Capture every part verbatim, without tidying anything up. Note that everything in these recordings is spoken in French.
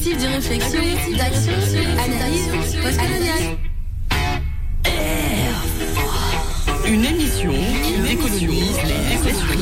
collectif de réflexion, d'action, analyse, post-coloniale. Une émission qui décolonise les esprits.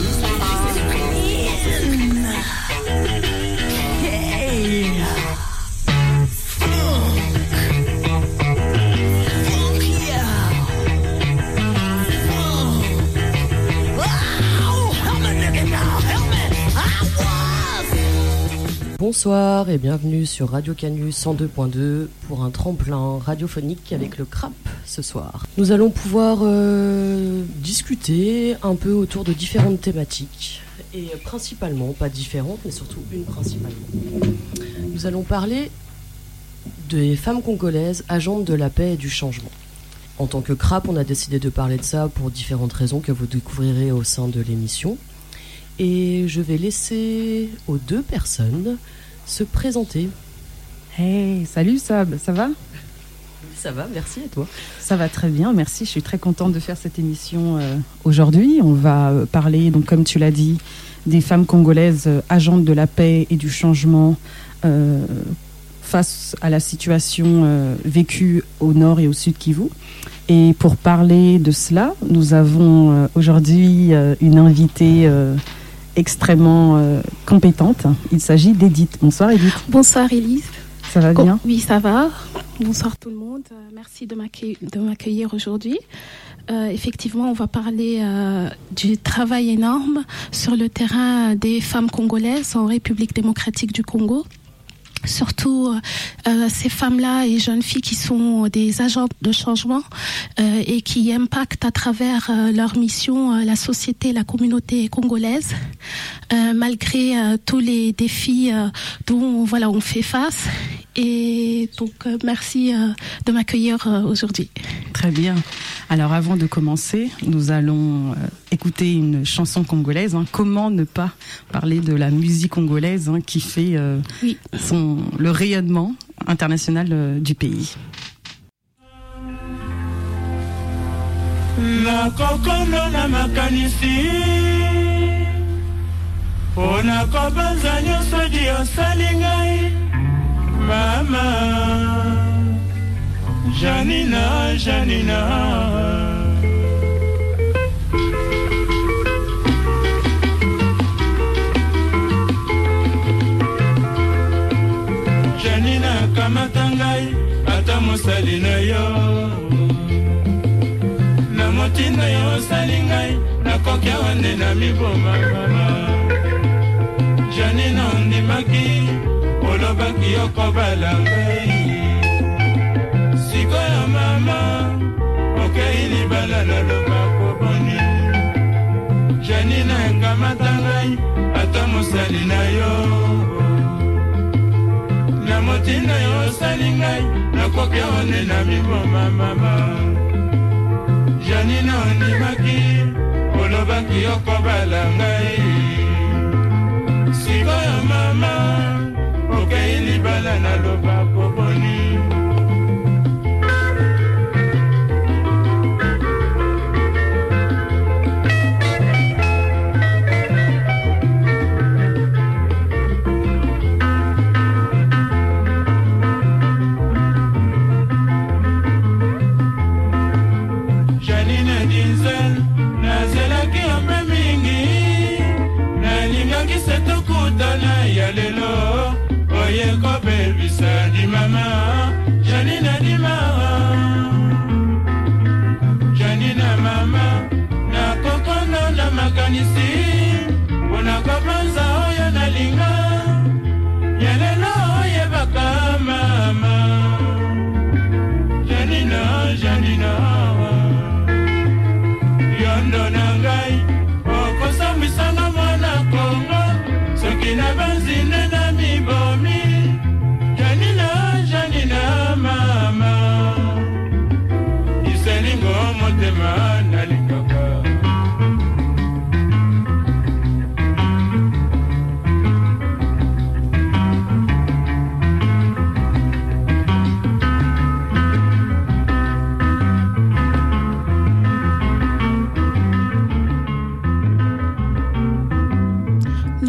Bonsoir et bienvenue sur Radio Canus cent deux point deux pour un tremplin radiophonique avec le C R A P ce soir. Nous allons pouvoir euh, discuter un peu autour de différentes thématiques et principalement, pas différentes mais surtout une principalement. Nous allons parler des femmes congolaises agentes de la paix et du changement. En tant que C R A P, on a décidé de parler de ça pour différentes raisons que vous découvrirez au sein de l'émission. Et je vais laisser aux deux personnes se présenter. Hey, salut Sab, ça va ? Ça va, merci, et toi ? Ça va très bien, merci. Je suis très contente de faire cette émission euh, aujourd'hui. On va euh, parler, donc comme tu l'as dit, des femmes congolaises euh, agentes de la paix et du changement euh, face à la situation euh, vécue au nord et au sud Kivu. Et pour parler de cela, nous avons euh, aujourd'hui euh, une invitée euh, extrêmement euh, compétente. Il s'agit d'Edith. Bonsoir Edith. Bonsoir Élise. Ça va bien ? Oui, ça va. Bonsoir tout le monde. Euh, merci de m'accueillir, de m'accueillir aujourd'hui. Euh, effectivement, on va parler euh, du travail énorme sur le terrain des femmes congolaises en République démocratique du Congo. Surtout euh, ces femmes-là et jeunes filles qui sont des agents de changement euh, et qui impactent à travers euh, leur mission euh, la société, la communauté congolaise, euh, malgré euh, tous les défis euh, dont voilà, on fait face. Et donc, euh, merci euh, de m'accueillir euh, aujourd'hui. Très bien. Alors, avant de commencer, nous allons euh, écouter une chanson congolaise. Hein. Comment ne pas parler de la musique congolaise hein, qui fait euh, oui. son, le rayonnement international euh, du pays. La kokono na makanisi ona kobanza nyonso di osali ngai mama Janina, Janina Janina kamata ngai ata mosali na yo na motinda yo osali ngai nakoki awa nde na miboma mama Janina ondimaki olobaki yokobala ngai sikoyo mama okei libala naloba koboni Janina engamata ngai ata mosali na yo na motinda yo osali ngai nakoki one na miboma mama Janina ondimaki olobaki yokobala ngai sikoyo mama okei libala naloba koboni Mama, Janina di mama, Janina mama, na kokono na makanisi, una kopanza oya na linga, yalelo oye baka mama, Janina, Janina, yondo nangai, okosa misanga mwana Kongo, sokina banzine na mibomi. Janina mama iselingo motema nalingaka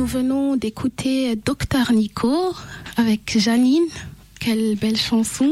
venons d'écouter Docteur Nico avec Janine. Quelle belle chanson.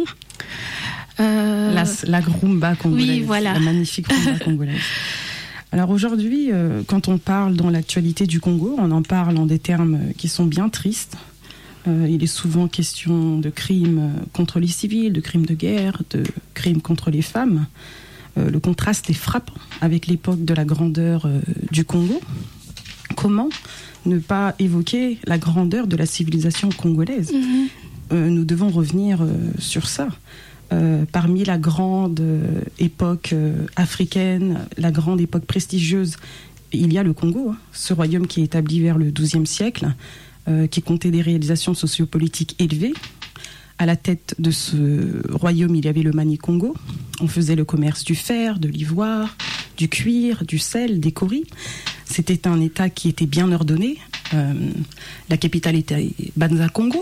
Euh... La, la rumba congolaise. Oui, voilà. La magnifique rumba congolaise. Alors aujourd'hui, euh, quand on parle dans l'actualité du Congo, on en parle en des termes qui sont bien tristes. Euh, il est souvent question de crimes contre les civils, de crimes de guerre, de crimes contre les femmes. Euh, le contraste est frappant avec l'époque de la grandeur euh, du Congo. Comment ne pas évoquer la grandeur de la civilisation congolaise ? mm-hmm. euh, Nous devons revenir euh, sur ça. Euh, parmi la grande euh, époque euh, africaine, la grande époque prestigieuse, il y a le Congo, hein, ce royaume qui est établi vers le douzième siècle, euh, qui comptait des réalisations sociopolitiques élevées. À la tête de ce royaume, il y avait le Mani-Congo. On faisait le commerce du fer, de l'ivoire, du cuir, du sel, des coris. C'était un État qui était bien ordonné. Euh, la capitale était Banza-Congo,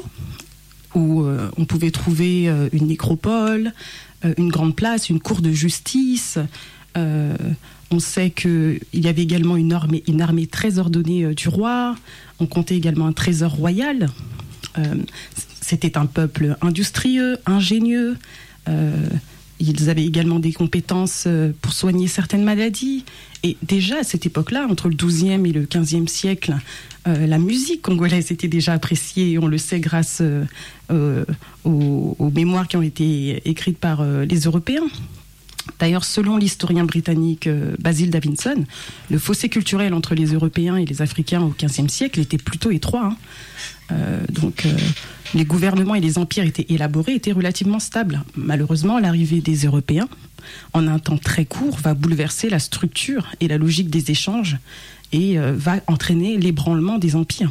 où euh, on pouvait trouver euh, une nécropole, euh, une grande place, une cour de justice. Euh, on sait qu'il y avait également une armée, une armée très ordonnée euh, du roi. On comptait également un trésor royal. Euh, C'était un peuple industrieux, ingénieux. Euh, ils avaient également des compétences pour soigner certaines maladies. Et déjà, à cette époque-là, entre le douzième et le quinzième siècle, euh, la musique congolaise était déjà appréciée. On le sait grâce euh, aux, aux mémoires qui ont été écrites par euh, les Européens. D'ailleurs, selon l'historien britannique euh, Basil Davidson, le fossé culturel entre les Européens et les Africains au quinzième siècle était plutôt étroit. Hein. Euh, donc, euh, les gouvernements et les empires étaient élaborés, étaient relativement stables. Malheureusement, l'arrivée des Européens, en un temps très court, va bouleverser la structure et la logique des échanges et euh, va entraîner l'ébranlement des empires.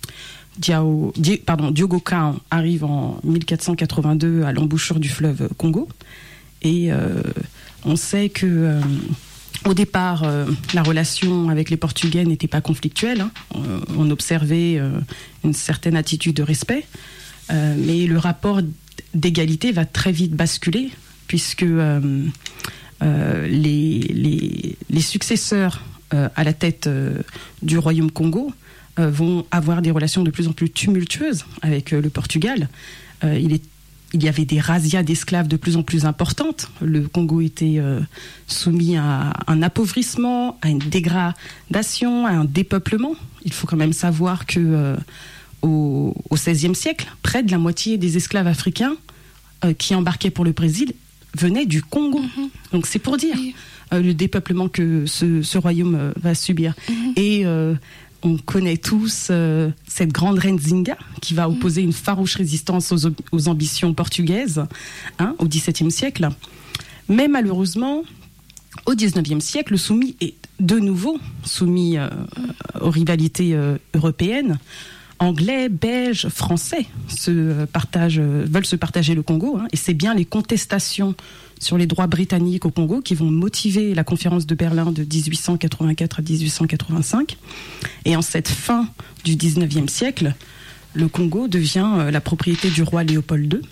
Diao, Di, pardon, Diogo Cao arrive en mille quatre cent quatre-vingt-deux à l'embouchure du fleuve Congo et euh, on sait que euh, au départ, euh, la relation avec les Portugais n'était pas conflictuelle. Hein. On, on observait euh, une certaine attitude de respect, euh, mais le rapport d'égalité va très vite basculer puisque euh, euh, les, les, les successeurs euh, à la tête euh, du royaume Congo euh, vont avoir des relations de plus en plus tumultueuses avec euh, le Portugal. Euh, il est Il y avait des razzias d'esclaves de plus en plus importantes. Le Congo était euh, soumis à un appauvrissement, à une dégradation, à un dépeuplement. Il faut quand même savoir que euh, au, au seizième siècle, près de la moitié des esclaves africains euh, qui embarquaient pour le Brésil venaient du Congo. Mm-hmm. Donc c'est pour dire oui. euh, le dépeuplement que ce, ce royaume euh, va subir. Mm-hmm. Et euh, on connaît tous euh, cette grande reine Zinga qui va opposer une farouche résistance aux, aux ambitions portugaises hein, au dix-septième siècle. Mais malheureusement, au dix-neuvième siècle, le soumis est de nouveau soumis euh, aux rivalités euh, européennes. Anglais, Belges, Français se partagent, veulent se partager le Congo. Hein, et c'est bien les contestations sur les droits britanniques au Congo qui vont motiver la conférence de Berlin de dix-huit cent quatre-vingt-quatre à dix-huit cent quatre-vingt-cinq. Et en cette fin du dix-neuvième siècle, le Congo devient la propriété du roi Léopold deux.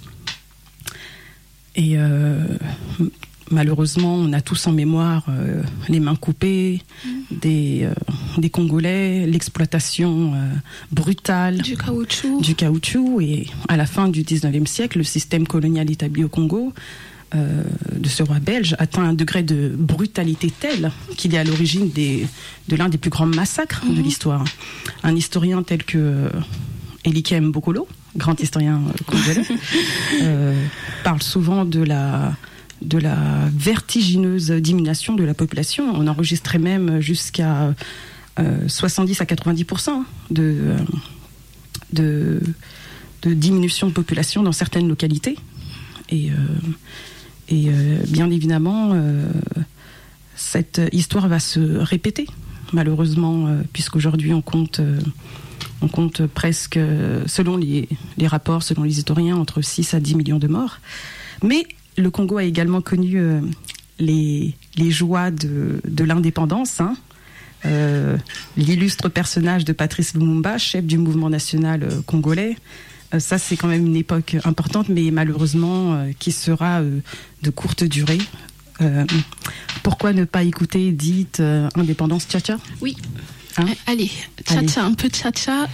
Et euh, malheureusement, on a tous en mémoire euh, les mains coupées mmh. des, euh, des Congolais, l'exploitation euh, brutale du caoutchouc. du caoutchouc. Et à la fin du dix-neuvième siècle, le système colonial établi au Congo euh, de ce roi belge atteint un degré de brutalité tel qu'il est à l'origine des, de l'un des plus grands massacres mmh. de l'histoire. Un historien tel que euh, Elike Mbokolo, grand historien euh, congolais, euh, parle souvent de la... de la vertigineuse diminution de la population. On enregistrait même jusqu'à euh, soixante-dix à quatre-vingt-dix pour cent de, euh, de, de diminution de population dans certaines localités. Et, euh, et euh, bien évidemment, euh, cette histoire va se répéter, malheureusement, euh, puisqu'aujourd'hui on compte, euh, on compte presque, selon les, les rapports, selon les historiens, entre six à dix millions de morts. Mais le Congo a également connu euh, les, les joies de, de l'indépendance. Hein. Euh, l'illustre personnage de Patrice Lumumba, chef du mouvement national euh, congolais. Euh, ça, c'est quand même une époque importante, mais malheureusement, euh, qui sera euh, de courte durée. Euh, pourquoi ne pas écouter Dite euh, Indépendance Tcha-Tcha ? Oui. Hein? Allez, tcha-tcha, un peu tcha-tcha.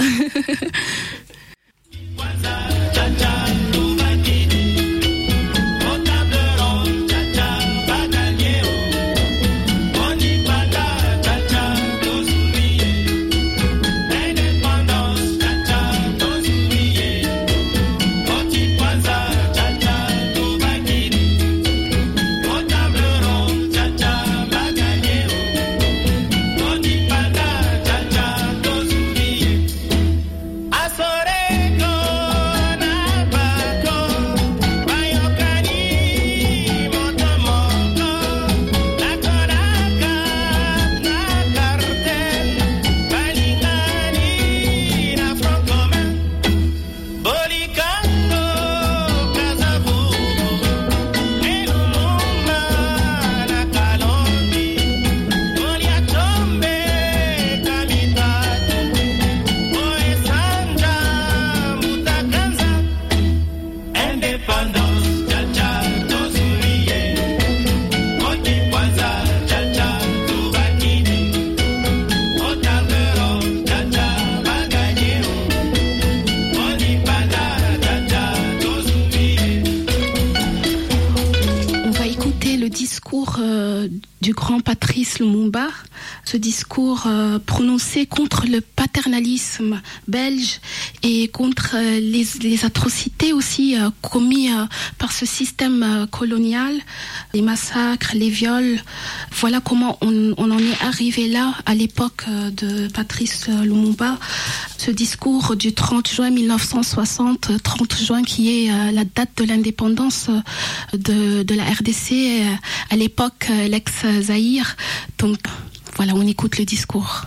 Du grand Patrice Lumumba, ce discours euh, prononcé contre le paternalisme belge et contre euh, les, les atrocités aussi euh, commis euh, par ce système euh, colonial, les massacres, les viols. Voilà comment on, on en est arrivé là à l'époque euh, de Patrice Lumumba. Ce discours du trente juin mille neuf cent soixante, trente juin qui est euh, la date de l'indépendance euh, de, de la R D C, euh, à l'époque euh, l'ex-Zaïre. Donc voilà, on écoute le discours.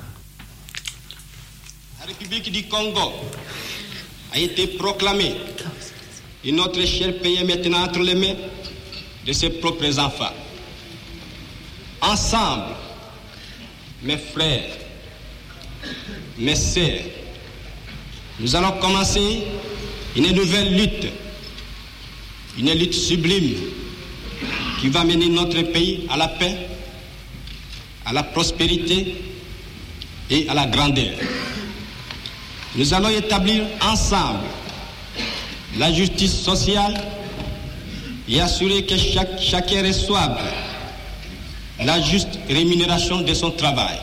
La République du Congo a été proclamée et notre cher pays est maintenant entre les mains de ses propres enfants. Ensemble, mes frères, mes sœurs, nous allons commencer une nouvelle lutte, une lutte sublime qui va mener notre pays à la paix, à la prospérité et à la grandeur. Nous allons établir ensemble la justice sociale et assurer que chaque, chacun reçoive la juste rémunération de son travail.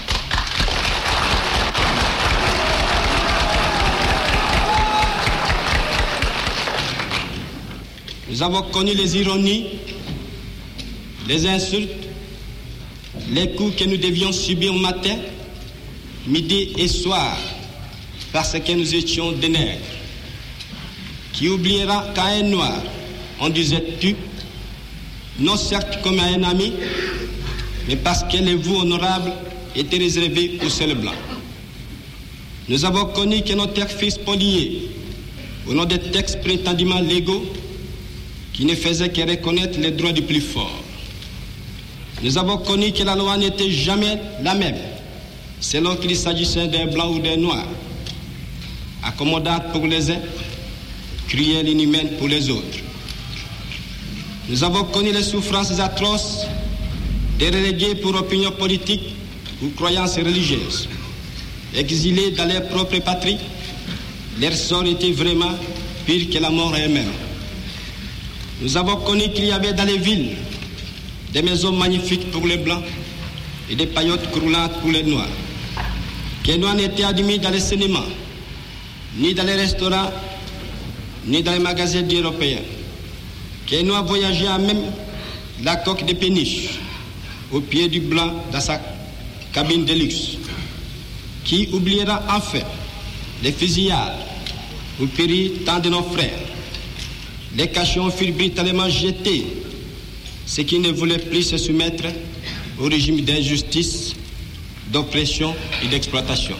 Nous avons connu les ironies, les insultes, les coups que nous devions subir matin, midi et soir, parce que nous étions des nègres. Qui oubliera qu'à un noir, on disait tu, non certes comme à un ami, mais parce que les voix honorables étaient réservées aux seuls blancs. Nous avons connu que nos terres furent spoliées au nom des textes prétendument légaux qui ne faisaient que reconnaître les droits du plus fort. Nous avons connu que la loi n'était jamais la même, selon qu'il s'agissait d'un blanc ou d'un noir, accommodante pour les uns, cruelle et inhumaine pour les autres. Nous avons connu les souffrances atroces des relégués pour opinion politique ou croyances religieuses. Exilés dans leur propre patrie, leur sort était vraiment pire que la mort elle-même. Nous avons connu qu'il y avait dans les villes des maisons magnifiques pour les blancs et des paillotes croulantes pour les noirs. Que les noirs n'étaient admis dans les cinémas, ni dans les restaurants, ni dans les magasins d'Européens. Que les noirs voyageaient à même la coque de péniche, au pied du blanc dans sa cabine de luxe. Qui oubliera enfin les fusillades où périt tant de nos frères. Les cachons furent brutalement jetés, ceux qui ne voulaient plus se soumettre au régime d'injustice, d'oppression et d'exploitation.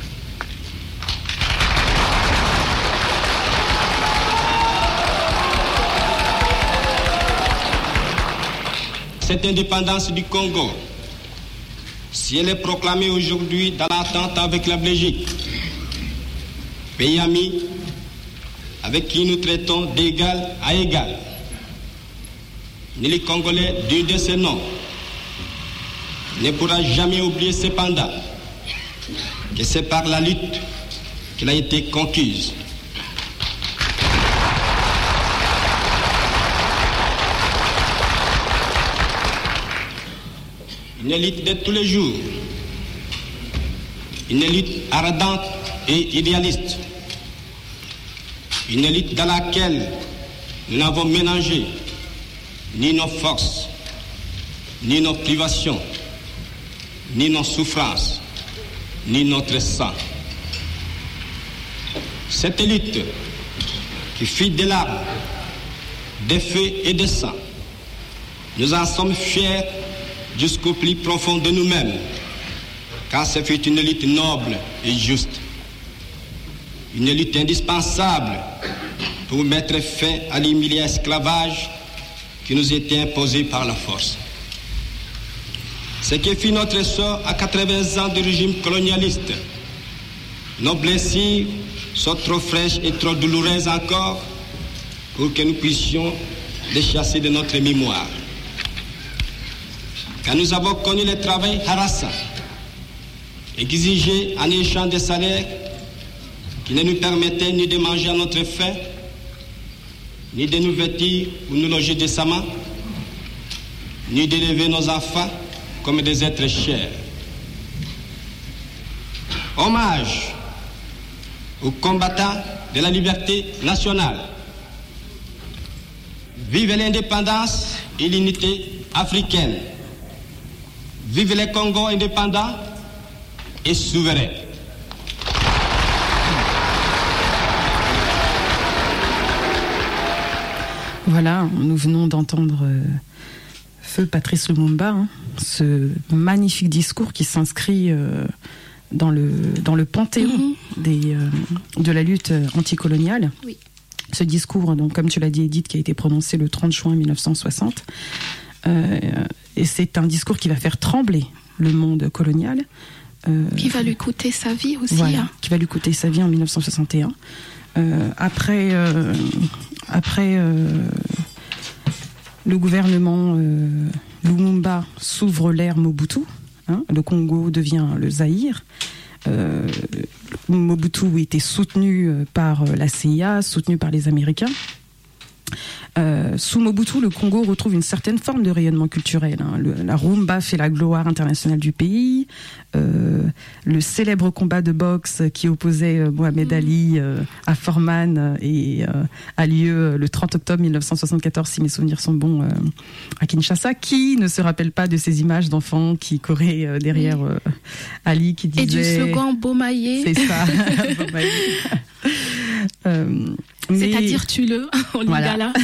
Cette indépendance du Congo, si elle est proclamée aujourd'hui dans l'attente avec la Belgique, pays ami avec qui nous traitons d'égal à égal, ni les Congolais digne de ce nom ne pourra jamais oublier cependant que c'est par la lutte qu'elle a été conquise. Une élite de tous les jours, une élite ardente et idéaliste, une élite dans laquelle nous n'avons mélangé ni nos forces, ni nos privations, ni nos souffrances, ni notre sang. Cette élite qui fit des larmes, des feux et des sangs, nous en sommes fiers jusqu'au plus profond de nous-mêmes, car ce fut une élite noble et juste, une élite indispensable pour mettre fin à l'humiliant esclavage qui nous était imposé par la force. Ce qui fit notre sort à quatre-vingts ans de régime colonialiste. Nos blessures sont trop fraîches et trop douloureuses encore pour que nous puissions les chasser de notre mémoire. Quand nous avons connu le travail harassant, exigé en échange des salaires qui ne nous permettaient ni de manger à notre faim, ni de nous vêtir ou nous loger décemment, ni d'élever nos enfants comme des êtres chers. Hommage aux combattants de la liberté nationale. Vive l'indépendance et l'unité africaine. Vive les Congos indépendants et souverains. Voilà, nous venons d'entendre euh, Feu Patrice Lumumba, hein, ce magnifique discours qui s'inscrit euh, dans, le, dans le panthéon mm-hmm. des, euh, de la lutte anticoloniale. Oui. Ce discours, donc, comme tu l'as dit Edith, qui a été prononcé le trente juin mille neuf cent soixante, euh, et c'est un discours qui va faire trembler le monde colonial. Euh, qui va lui coûter sa vie aussi. Voilà, hein. qui va lui coûter sa vie en mille neuf cent soixante et un. Euh, après euh, après euh, le gouvernement euh, Lumumba s'ouvre l'ère Mobutu, hein, le Congo devient le Zaïre. Euh, Mobutu était soutenu par la C I A, soutenu par les Américains. Euh, sous Mobutu, le Congo retrouve une certaine forme de rayonnement culturel. Hein. Le, la rumba fait la gloire internationale du pays. Euh, le célèbre combat de boxe qui opposait euh, Mohamed Ali euh, à Foreman euh, et, euh, a lieu euh, le trente octobre mille neuf cent soixante-quatorze, si mes souvenirs sont bons, euh, à Kinshasa. Qui ne se rappelle pas de ces images d'enfants qui couraient euh, derrière euh, Ali, qui disait... Et du slogan Bomaye. C'est ça, Bomaye. euh, C'est-à-dire tue-le, au Lingala. Voilà.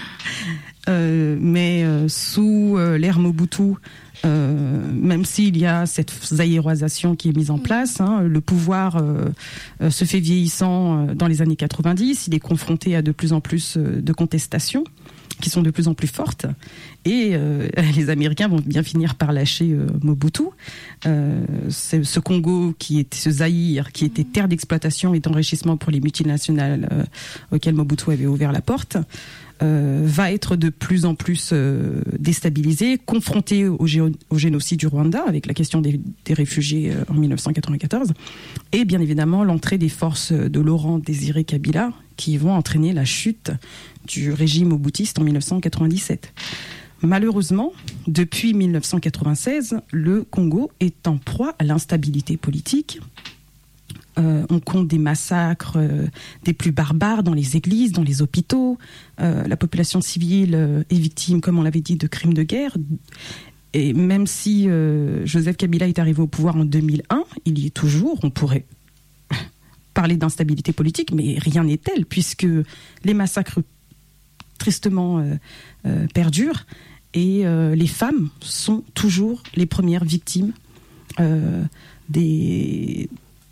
Euh, mais euh, sous euh, l'ère Mobutu, euh, même s'il y a cette zaïroisation qui est mise en place, hein, le pouvoir euh, euh, se fait vieillissant euh, dans les années quatre-vingt-dix, il est confronté à de plus en plus euh, de contestations qui sont de plus en plus fortes, et euh, les Américains vont bien finir par lâcher euh, Mobutu. Euh, c'est ce Congo, qui était ce Zaïre, qui était terre d'exploitation et d'enrichissement pour les multinationales euh, auxquelles Mobutu avait ouvert la porte, euh, va être de plus en plus euh, déstabilisé, confronté au, gé- au génocide du Rwanda, avec la question des, des réfugiés euh, en mille neuf cent quatre-vingt-quatorze, et bien évidemment l'entrée des forces de Laurent Désiré Kabila, qui vont entraîner la chute du régime mobutiste en mille neuf cent quatre-vingt-dix-sept. Malheureusement, depuis mille neuf cent quatre-vingt-seize, le Congo est en proie à l'instabilité politique. Euh, on compte des massacres euh, des plus barbares dans les églises, dans les hôpitaux. Euh, la population civile euh, est victime, comme on l'avait dit, de crimes de guerre. Et même si euh, Joseph Kabila est arrivé au pouvoir en deux mille un, il y est toujours. On pourrait parler d'instabilité politique, mais rien n'est tel, puisque les massacres tristement euh, euh, perdurent, et euh, les femmes sont toujours les premières victimes euh, des,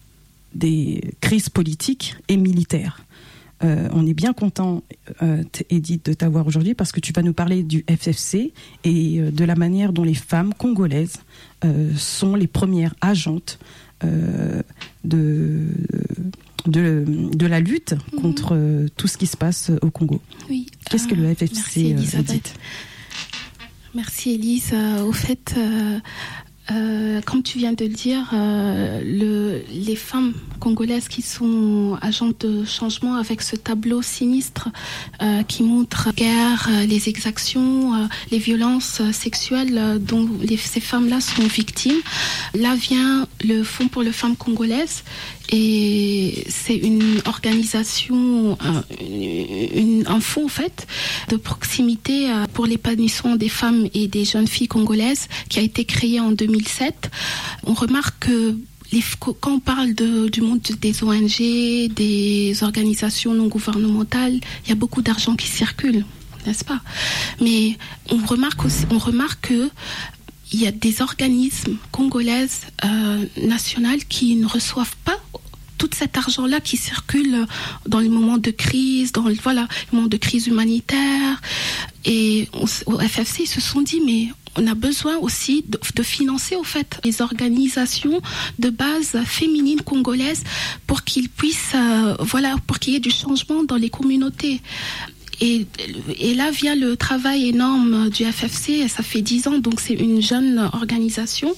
des crises politiques et militaires. Euh, on est bien content, euh, Edith, de t'avoir aujourd'hui, parce que tu vas nous parler du F F C et euh, de la manière dont les femmes congolaises euh, sont les premières agentes euh, de... De, de la lutte contre mmh. tout ce qui se passe au Congo. Oui. Qu'est-ce que le F F C, merci, Elisabeth. Edith ? Merci Elise. Euh, au fait, euh, Euh, comme tu viens de le dire, euh, le, les femmes congolaises qui sont agentes de changement avec ce tableau sinistre euh, qui montre la guerre, euh, les exactions, euh, les violences sexuelles euh, dont les, ces femmes-là sont victimes. Là vient le Fonds pour les femmes congolaises et c'est une organisation, un, une, un fonds en fait de proximité euh, pour l'épanouissement des femmes et des jeunes filles congolaises qui a été créé en deux mille sept. On remarque que les, quand on parle de, du monde des O N G, des organisations non gouvernementales, il y a beaucoup d'argent qui circule, n'est-ce pas? Mais on remarque aussi, on remarque que il y a des organismes congolaises euh, nationales qui ne reçoivent pas tout cet argent-là qui circule dans les moments de crise, dans voilà, les moments de crise humanitaire. Et on, au F F C, ils se sont dit, mais on a besoin aussi de, de financer au fait les organisations de base féminines congolaises pour qu'ils puissent, euh, voilà, pour qu'il y ait du changement dans les communautés. Et, et là vient le travail énorme du F F C, ça fait dix ans, donc c'est une jeune organisation.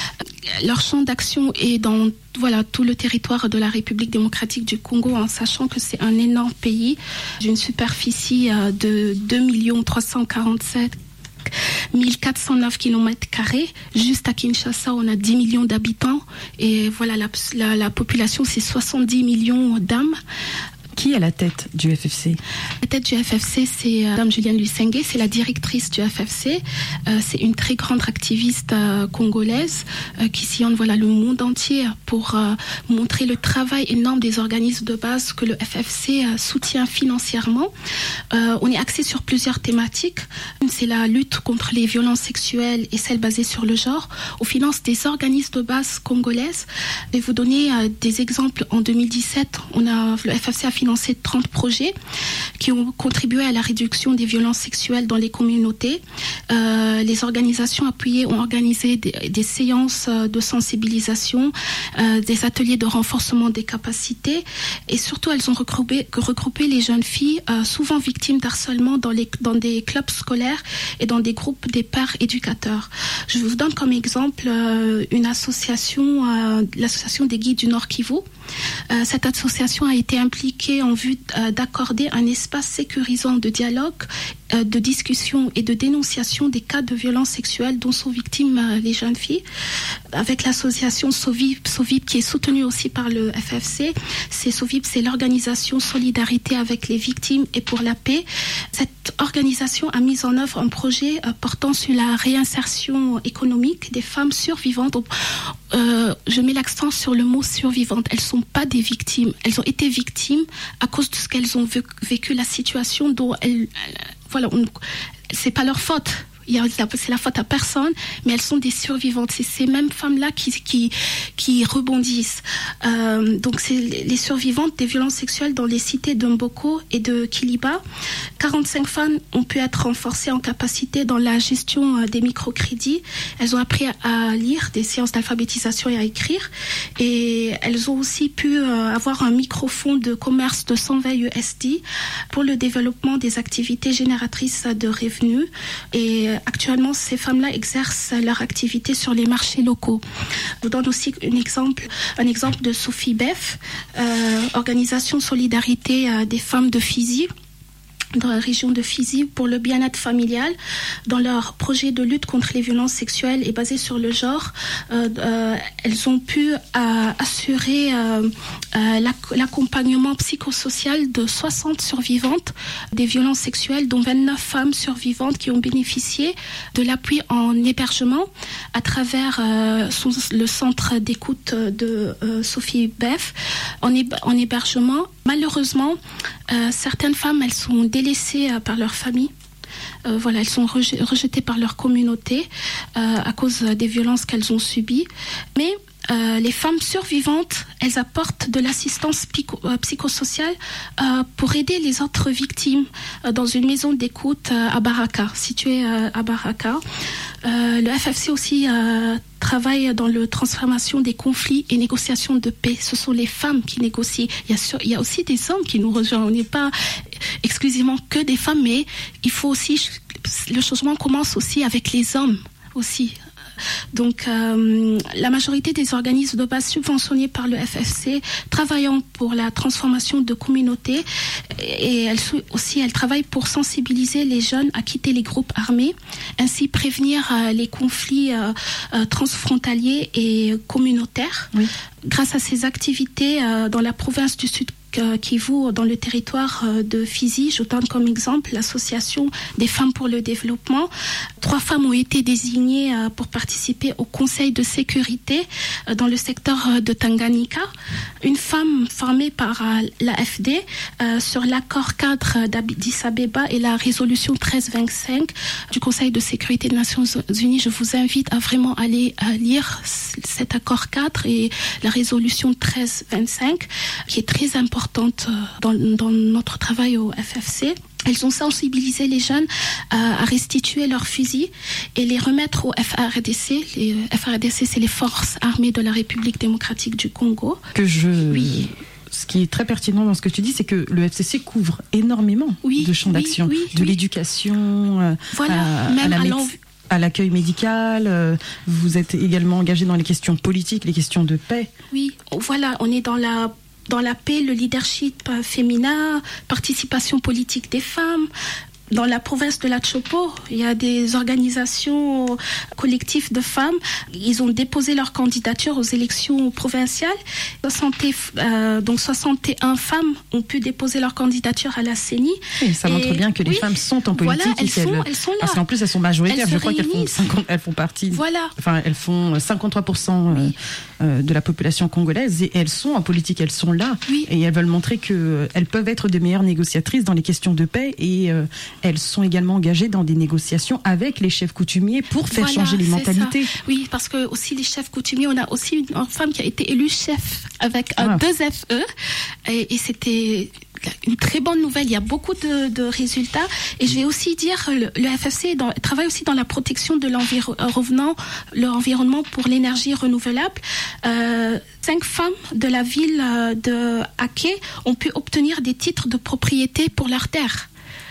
Leur champ d'action est dans voilà, tout le territoire de la République démocratique du Congo, en sachant que c'est un énorme pays d'une superficie de deux millions trois cent quarante-sept mille quatre cent neuf kilomètres carrés. Juste à Kinshasa, on a dix millions d'habitants et voilà, la, la, la population, c'est soixante-dix millions d'âmes. Qui est à la tête du F F C? La tête du F F C, c'est euh, Madame Julienne Lusengue, c'est la directrice du F F C. Euh, c'est une très grande activiste euh, congolaise euh, qui sillonne voilà, le monde entier pour euh, montrer le travail énorme des organismes de base que le F F C euh, soutient financièrement. Euh, on est axé sur plusieurs thématiques. Une, c'est la lutte contre les violences sexuelles et celles basées sur le genre. On finance des organismes de base congolaises. Je vais vous donner euh, des exemples. En deux mille dix-sept, on a, le F F C a financé trente projets qui ont contribué à la réduction des violences sexuelles dans les communautés. Euh, les organisations appuyées ont organisé des, des séances de sensibilisation, euh, des ateliers de renforcement des capacités et surtout elles ont regroupé, regroupé les jeunes filles euh, souvent victimes d'harcèlement dans, les, dans des clubs scolaires et dans des groupes des pères éducateurs. Je vous donne comme exemple euh, une association, euh, l'association des guides du Nord Kivu. Euh, cette association a été impliquée en vue euh, d'accorder un espace sécurisant de dialogue, euh, de discussion et de dénonciation des cas de violences sexuelles dont sont victimes euh, les jeunes filles. Avec l'association Sovip, Sovip qui est soutenue aussi par le F F C. C'est Sovip, c'est l'organisation Solidarité avec les victimes et pour la paix. Cette organisation a mis en œuvre un projet euh, portant sur la réinsertion économique des femmes survivantes. Euh, je mets l'accent sur le mot survivantes. Elles sont pas des victimes. Elles ont été victimes à cause de ce qu'elles ont vécu, la situation dont elles, voilà, on, c'est pas leur faute. Il y a, c'est la faute à personne, mais elles sont des survivantes. C'est ces mêmes femmes-là qui, qui, qui rebondissent. Euh, donc, c'est les survivantes des violences sexuelles dans les cités de Mboko et de Kiliba. quarante-cinq femmes ont pu être renforcées en capacité dans la gestion des microcrédits. Elles ont appris à lire, des séances d'alphabétisation et à écrire. Et elles ont aussi pu avoir un microfonds de commerce de cent vingt U S D pour le développement des activités génératrices de revenus. Et actuellement, ces femmes-là exercent leur activité sur les marchés locaux. Je vous donne aussi un exemple, un exemple de Sophie Beff, euh, organisation Solidarité euh, des femmes de Fizi, dans la région de Fizi pour le bien-être familial. Dans leur projet de lutte contre les violences sexuelles et basé sur le genre, euh, euh, elles ont pu euh, assurer euh, euh, l'accompagnement psychosocial de soixante survivantes des violences sexuelles, dont vingt-neuf femmes survivantes qui ont bénéficié de l'appui en hébergement à travers euh, son, le centre d'écoute de euh, Sophie Beff en, héb- en hébergement. Malheureusement, euh, certaines femmes, elles sont délaissées euh, par leur famille. Euh, voilà, elles sont rejet- rejetées par leur communauté euh, à cause des violences qu'elles ont subies. Mais euh, les femmes survivantes, elles apportent de l'assistance psycho- euh, psychosociale euh, pour aider les autres victimes euh, dans une maison d'écoute euh, à Baraka, située euh, à Baraka. Euh, le F F C aussi euh, travaille dans la transformation des conflits et négociations de paix. Ce sont les femmes qui négocient. Il y a, sur, il y a aussi des hommes qui nous rejoignent. On n'est pas exclusivement que des femmes, mais il faut aussi... Le changement commence aussi avec les hommes aussi. Donc, euh, la majorité des organismes de base subventionnés par le F F C travaillant pour la transformation de communautés et elles aussi, elles travaillent pour sensibiliser les jeunes à quitter les groupes armés, ainsi prévenir euh, les conflits euh, euh, transfrontaliers et communautaires. Oui. Grâce à ces activités euh, dans la province du Sud Kivu, dans le territoire de Fizi, je donne comme exemple l'association des femmes pour le développement. Trois femmes ont été désignées pour participer au conseil de sécurité dans le secteur de Tanganyika. Une femme formée par l'A F D sur l'accord cadre d'Addis Abeba et la résolution treize vingt-cinq du Conseil de sécurité des Nations Unies. Je vous invite à vraiment aller à lire cet accord cadre et la résolution treize vingt-cinq qui est très importante Dans, dans notre travail au F F C. Elles ont sensibilisé les jeunes à, à restituer leurs fusils et les remettre au F A R D C. Les F A R D C, c'est les forces armées de la République démocratique du Congo. Que je... Oui. Ce qui est très pertinent dans ce que tu dis, c'est que le F C C couvre énormément oui, de champs oui, d'action, oui, de oui. l'éducation, voilà, à, même à la à médecine. À l'accueil médical, euh, vous êtes également engagé dans les questions politiques, les questions de paix. Oui, voilà, on est dans la dans la paix, le leadership féminin, participation politique des femmes. Dans la province de la Chopo, il y a des organisations collectives de femmes. Ils ont déposé leur candidature aux élections provinciales. soixante, euh, donc soixante et une femmes ont pu déposer leur candidature à la C E N I. Et ça montre et, bien que les oui, femmes sont en politique. Voilà, elles, sont, elles sont là. Parce qu'en plus, elles sont majoritaires. Elles Je crois qu'elles font, cinquante, elles font partie. Voilà. Enfin, elles font cinquante-trois pour cent oui. euh, de la population congolaise. Et elles sont en politique, elles sont là. Oui. Et elles veulent montrer qu'elles peuvent être de meilleures négociatrices dans les questions de paix. Et euh, elles sont également engagées dans des négociations avec les chefs coutumiers pour faire voilà, changer les mentalités. Ça. Oui, parce que aussi les chefs coutumiers, on a aussi une femme qui a été élue chef avec un ah. deux F E et, et c'était une très bonne nouvelle. Il y a beaucoup de, de résultats et je vais aussi dire le, le F F C dans, travaille aussi dans la protection de l'environnement, l'environnement pour l'énergie renouvelable. Euh, cinq femmes de la ville de Aké ont pu obtenir des titres de propriété pour leurs terres.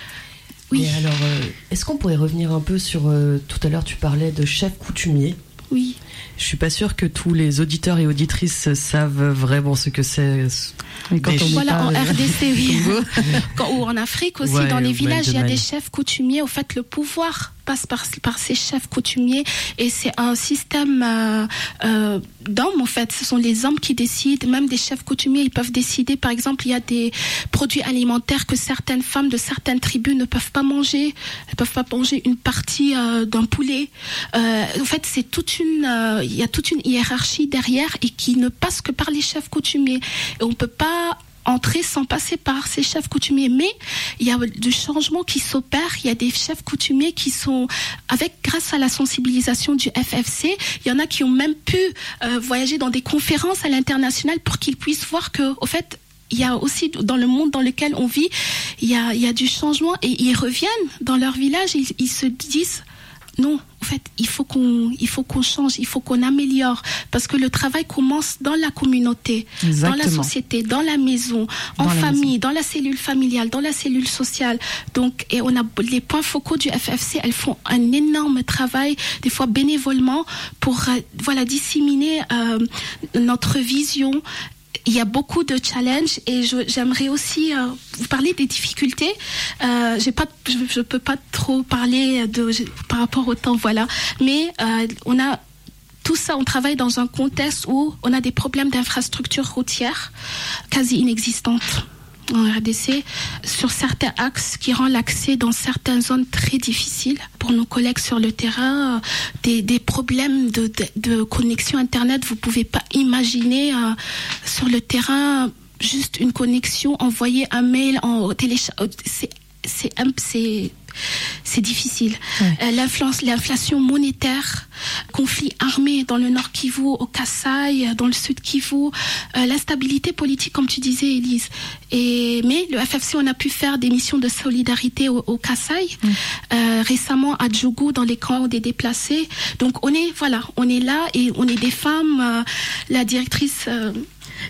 Oui. Et alors, euh, est-ce qu'on pourrait revenir un peu sur... Euh, tout à l'heure, tu parlais de chef coutumier. Oui. Je suis pas sûre que tous les auditeurs et auditrices savent vraiment ce que c'est. Mais quand on voilà, pas, en R D C, oui. quand, ou en Afrique aussi, ouais, dans les villages, il y a des chefs coutumiers. Au fait, le pouvoir passe par, par ces chefs coutumiers et c'est un système euh, euh, d'hommes, en fait. Ce sont les hommes qui décident. Même des chefs coutumiers, ils peuvent décider. Par exemple, il y a des produits alimentaires que certaines femmes de certaines tribus ne peuvent pas manger. Elles peuvent pas manger une partie euh, d'un poulet. Euh, en fait, c'est toute une... Euh, il y a toute une hiérarchie derrière et qui ne passe que par les chefs coutumiers. Et on peut pas entrer sans passer par ces chefs coutumiers. Mais il y a du changement qui s'opère. Il y a des chefs coutumiers qui sont, avec, grâce à la sensibilisation du F F C, il y en a qui ont même pu euh, voyager dans des conférences à l'international pour qu'ils puissent voir que, au fait, il y a aussi, dans le monde dans lequel on vit, il y a, il y a du changement et ils reviennent dans leur village et ils, ils se disent non, en fait, il faut qu'on, il faut qu'on change, il faut qu'on améliore, parce que le travail commence dans la communauté, Exactement. dans la société, dans la maison, en dans famille, dans la cellule familiale, dans la cellule sociale. Donc, et on a les points focaux du F F C, elles font un énorme travail, des fois bénévolement, pour euh, voilà disséminer euh, notre vision. Il y a beaucoup de challenges et je, j'aimerais aussi euh, vous parler des difficultés. Euh, j'ai pas, je, je peux pas trop parler de je, par rapport au temps, voilà. Mais euh, on a tout ça, on travaille dans un contexte où on a des problèmes d'infrastructures routières quasi inexistantes en R D C, sur certains axes qui rend l'accès dans certaines zones très difficiles pour nos collègues sur le terrain, des, des problèmes de, de, de connexion Internet, vous pouvez pas imaginer euh, sur le terrain, juste une connexion, envoyer un mail, en télécharge, c'est, c'est, c'est, c'est difficile. Ouais. Euh, l'influence, l'inflation monétaire, conflits armés dans le nord Kivu, au Kasaï, dans le sud Kivu, euh, l'instabilité politique, comme tu disais, Élise. Et, mais le F F C, on a pu faire des missions de solidarité au, au Kasaï, mmh. euh, récemment à Djougou, dans les camps des déplacés. Donc on est, voilà, on est là et on est des femmes. Euh, la directrice... Euh,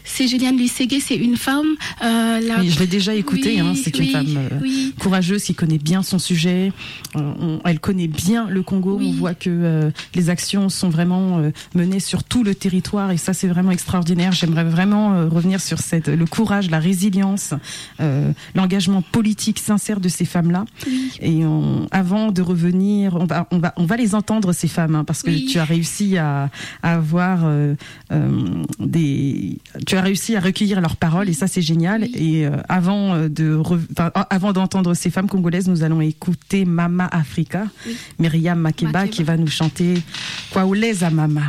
c'est Juliane Luiségué, c'est une femme. Euh, la... oui, je l'ai déjà écoutée, oui, hein, c'est oui, une femme euh, oui. courageuse qui connaît bien son sujet. Euh, on, elle connaît bien le Congo. Oui. On voit que euh, les actions sont vraiment euh, menées sur tout le territoire et ça c'est vraiment extraordinaire. J'aimerais vraiment euh, revenir sur cette, le courage, la résilience, euh, l'engagement politique sincère de ces femmes-là. Oui. Et on, avant de revenir, on va, on va, on va les entendre ces femmes, hein, parce que oui. tu as réussi à, à avoir euh, euh, des, tu as réussi à recueillir leurs paroles et ça c'est génial. Oui. Et euh, avant de, enfin, avant d'entendre ces femmes congolaises, nous allons écouter Mama Africa, oui. Myriam Makeba, Makeba qui va nous chanter Kwauleza Mama.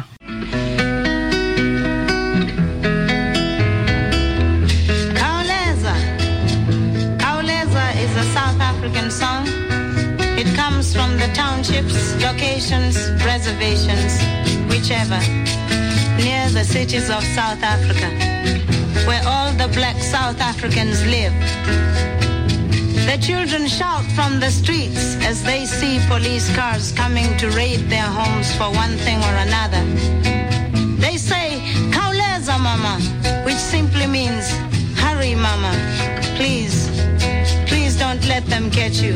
Kauleza, Kauleza is a South African song. It comes from the townships, locations, reservations, whichever, near the cities of South Africa, where all the black South Africans live. The children shout from the streets as they see police cars coming to raid their homes for one thing or another. They say, Kauleza mama, which simply means, hurry mama, please, please don't let them get you.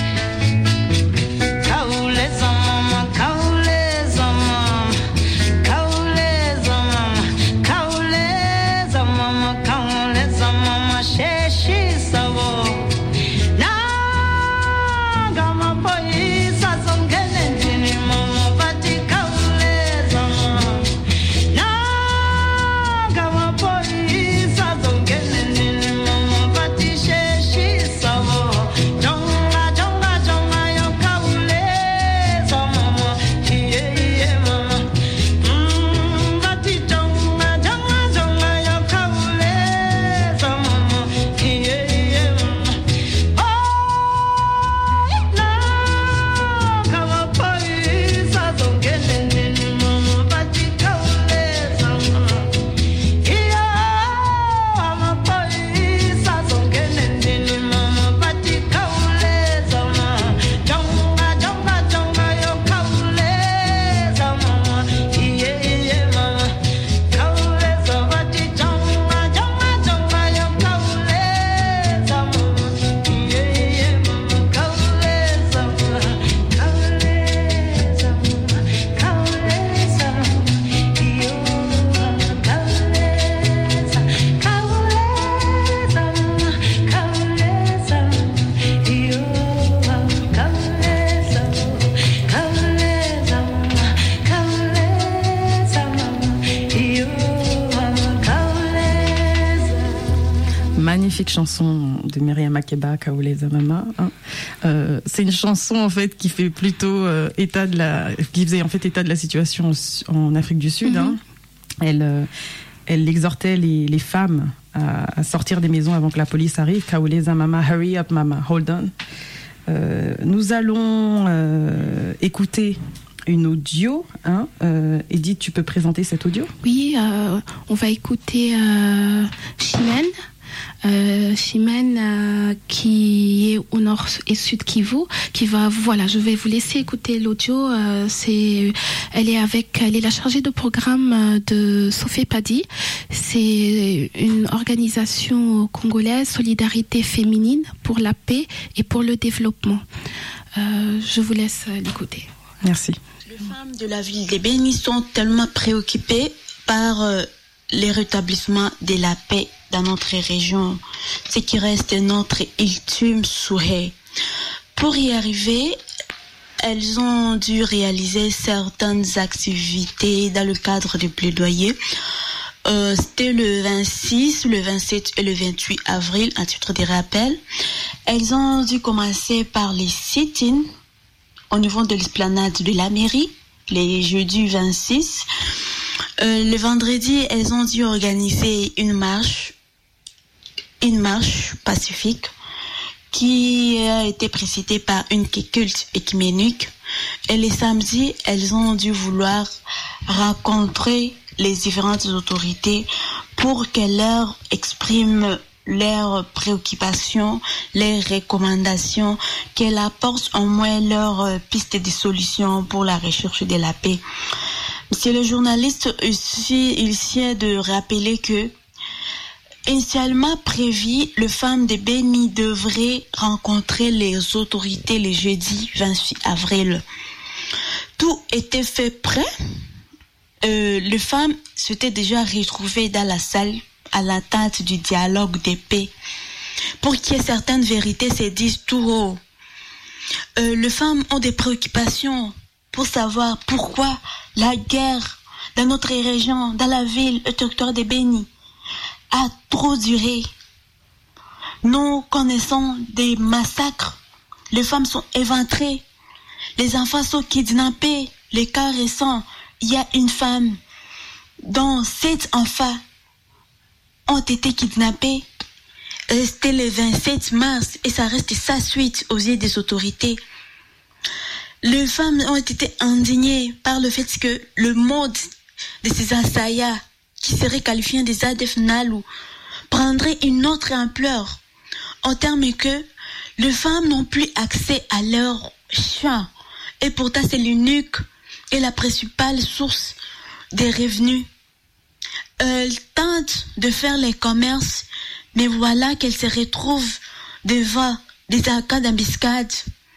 Kauleza mama, Kauleza mama, Kauleza mama, Kauleza mama, Kauleza mama, sheshi savo. Magnifique chanson de Myriam Makeba, Kauleza Mama. Hein. Euh, c'est une chanson en fait qui fait plutôt euh, état de la, qui faisait en fait état de la situation en Afrique du Sud. Mm-hmm. Hein. Elle, euh, elle exhortait les, les femmes à, à sortir des maisons avant que la police arrive. Kauleza Mama, hurry up Mama, hold on. Euh, nous allons euh, écouter une audio. Hein. Euh, Edith, tu peux présenter cet audio ? Oui, euh, on va écouter euh, Chimène. Euh, Chimène euh, qui est au nord et sud Kivu, qui va, voilà, je vais vous laisser écouter l'audio. Euh, c'est, elle est avec, elle est la chargée de programme de Sofepadi. C'est une organisation congolaise, Solidarité féminine pour la paix et pour le développement. Euh, je vous laisse l'écouter. Merci. Les femmes de la ville de Béni sont tellement préoccupées par euh, les rétablissements de la paix dans notre région, ce qui reste notre ultime souhait. Pour y arriver, elles ont dû réaliser certaines activités dans le cadre des plaidoyers. Euh, c'était le vingt-six, le vingt-sept et le vingt-huit avril, à titre de rappel. Elles ont dû commencer par les sit-ins au niveau de l'esplanade de la mairie, les jeudis vingt-six. Euh, le vendredi, elles ont dû organiser une marche, une marche pacifique qui a été précédée par une culte écuménique. Et les samedis, elles ont dû vouloir rencontrer les différentes autorités pour qu'elles leur expriment leurs préoccupations, les recommandations, qu'elles apportent au moins leurs pistes de solutions pour la recherche de la paix. Monsieur le journaliste, ici, il tient de rappeler que Initialement prévu, les femmes de Béni devraient rencontrer les autorités le jeudi vingt-huit avril. Tout était fait prêt. Euh, les femmes s'étaient déjà retrouvées dans la salle à l'attente du dialogue de paix pour que certaines vérités se disent tout haut. Euh, les femmes ont des préoccupations pour savoir pourquoi la guerre dans notre région, dans la ville et territoire de Béni a trop duré. Nous connaissons des massacres. Les femmes sont éventrées. Les enfants sont kidnappés. Les cas récents, il y a une femme dont sept enfants ont été kidnappés. C'était le vingt-sept mars et ça reste sa suite aux yeux des autorités. Les femmes ont été indignées par le fait que le mode de ces assaillants qui seraient qualifiés des A D F Nalu prendrait une autre ampleur en termes que les femmes n'ont plus accès à leur champ et pourtant c'est l'unique et la principale source des revenus. Elles tentent de faire les commerces, mais voilà qu'elles se retrouvent devant des cas d'embuscade.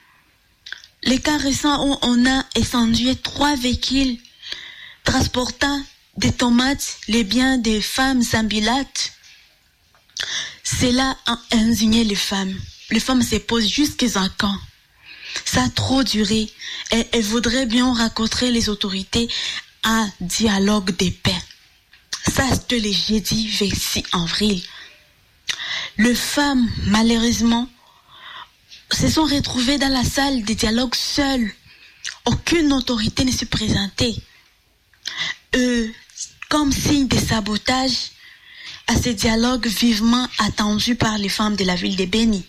Les cas récents où on a incendié trois véhicules transportant des tomates, les biens des femmes ambulantes, cela a indigné les femmes. Les femmes se posent jusqu'à quand? Ça a trop duré et elles voudraient bien rencontrer les autorités à dialogue de paix. Ça, c'était le jeudi vingt-six avril. Les femmes, malheureusement, se sont retrouvées dans la salle de dialogue seules. Aucune autorité ne se présentait. Euh, comme signe de sabotage à ce dialogue vivement attendu par les femmes de la ville de Béni.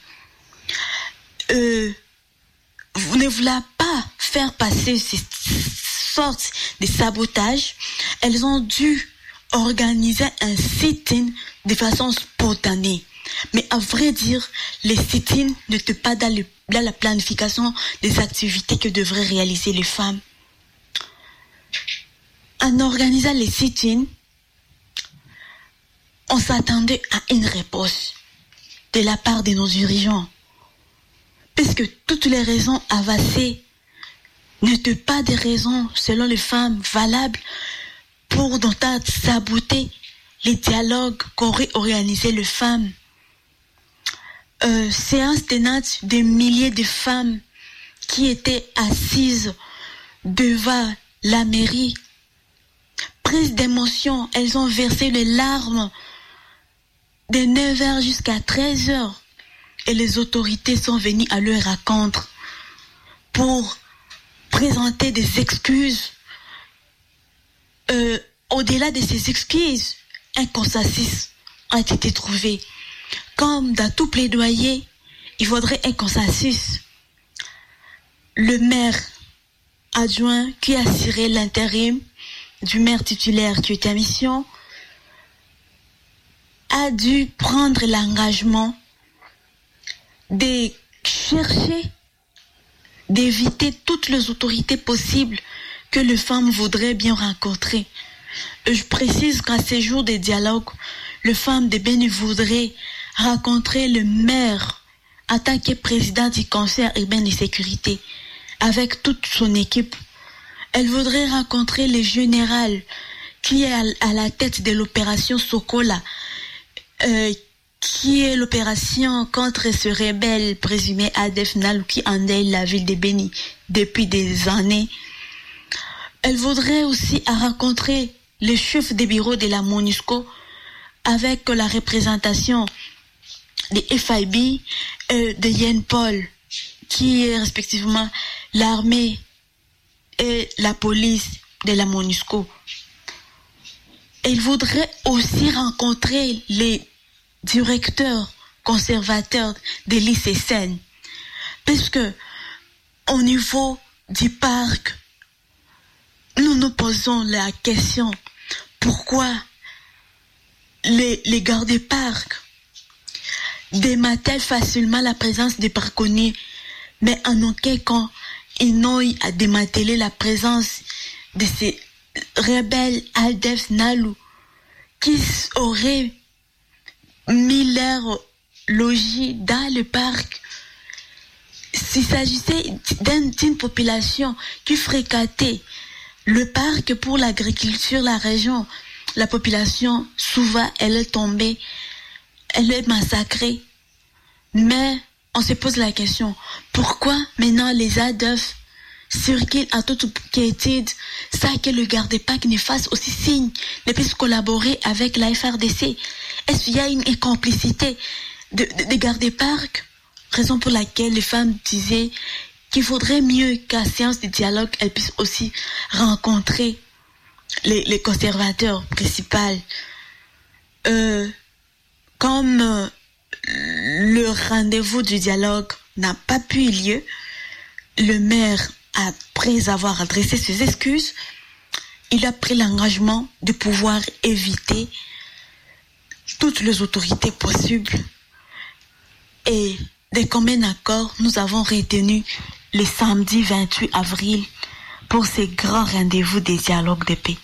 Euh, vous ne voulez pas faire passer ces sortes de sabotage, elles ont dû organiser un sit-in de façon spontanée. Mais à vrai dire, les sit-in n'étaient pas dans, le, dans la planification des activités que devraient réaliser les femmes. En organisant les sit-in, on s'attendait à une réponse de la part de nos dirigeants. Puisque toutes les raisons avancées n'étaient pas des raisons, selon les femmes, valables pour d'entendre saboter les dialogues qu'auraient organisés les femmes. Euh, séance tenante de milliers de femmes qui étaient assises devant la mairie. Prises d'émotion, elles ont versé les larmes de neuf heures jusqu'à treize heures. Et les autorités sont venues à leur rencontre pour présenter des excuses. Euh, au-delà de ces excuses, un consensus a été trouvé. Comme dans tout plaidoyer, il faudrait un consensus. Le maire adjoint qui assurait l'intérim du maire titulaire qui était en mission a dû prendre l'engagement de chercher, d'éviter toutes les autorités possibles que les femmes voudraient bien rencontrer. Je précise qu'à ces jours de dialogue, les femmes de Béni voudraient rencontrer le maire en tant que président du conseil urbain de sécurité avec toute son équipe. Elle voudrait rencontrer le général qui est à la tête de l'opération Sokola, euh, qui est l'opération contre ce rebelle présumé A D F Nalu qui endeuille la ville de Béni depuis des années. Elle voudrait aussi rencontrer le chef de bureau de la MONUSCO avec la représentation de F I B et de Yen Paul, qui est respectivement l'armée et la police de la MONUSCO. Elle voudrait aussi rencontrer les directeurs conservateurs des lycées Seine, puisque au niveau du parc, nous nous posons la question pourquoi les, les gardes-parcs démantèlent facilement la présence des braconniers, mais en aucun cas ils n'ont eu à démanteler la présence de ces rebelles A D F Nalu qui auraient mis leur logis dans le parc. S'il s'agissait d'une population qui fréquentait le parc pour l'agriculture, la région, la population, souvent, elle est tombée, elle est massacrée. Mais on se pose la question, pourquoi maintenant les A D F circulent à toute quiétude, ça que le garde-parc ne fasse aussi signe, ne puisse collaborer avec la F R D C? Est-ce qu'il y a une complicité de, de, de garde-parc? Raison pour laquelle les femmes disaient qu'il faudrait mieux qu'à séance de dialogue, elles puissent aussi rencontrer les, les conservateurs principaux. Euh, comme euh, le rendez-vous du dialogue n'a pas pu lieu, le maire, après avoir adressé ses excuses, il a pris l'engagement de pouvoir éviter toutes les autorités possibles. Et de commun accord, nous avons retenu le samedi vingt-huit avril pour ces grands rendez-vous des dialogues de paix.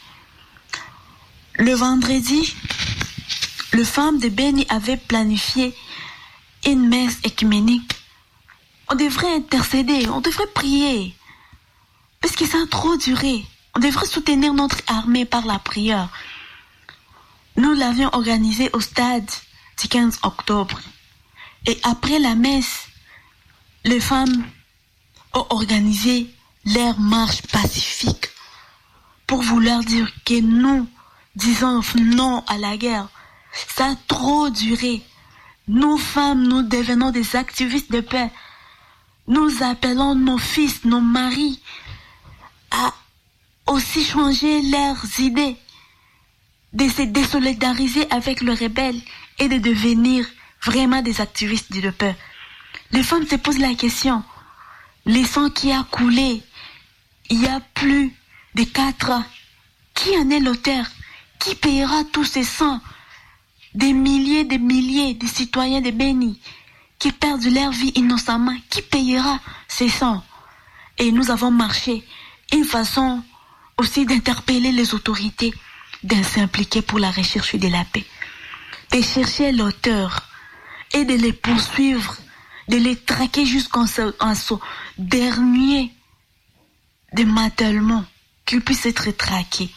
Le vendredi, les femmes de Beni avaient planifié une messe écuménique. On devrait intercéder, on devrait prier, parce que ça a trop duré. On devrait soutenir notre armée par la prière. Nous l'avions organisé au stade du quinze octobre. Et après la messe, les femmes ont organisé leur marche pacifique pour vouloir dire que nous disons non à la guerre. Ça a trop duré. Nous femmes, nous devenons des activistes de paix. Nous appelons nos fils, nos maris à aussi changer leurs idées, de se désolidariser avec les rebelles et de devenir vraiment des activistes de paix. Les femmes se posent la question, le sang qui a coulé, il y a plus de quatre ans, qui en est l'auteur? Qui payera tous ces sangs? Des milliers, des milliers de citoyens de Beni qui perdent leur vie innocemment, qui payera ces sangs? Et nous avons marché, une façon aussi d'interpeller les autorités, de s'impliquer pour la recherche de la paix, de chercher l'auteur et de les poursuivre, de les traquer jusqu'en ce, ce dernier démantèlement, qu'ils puissent être traqués.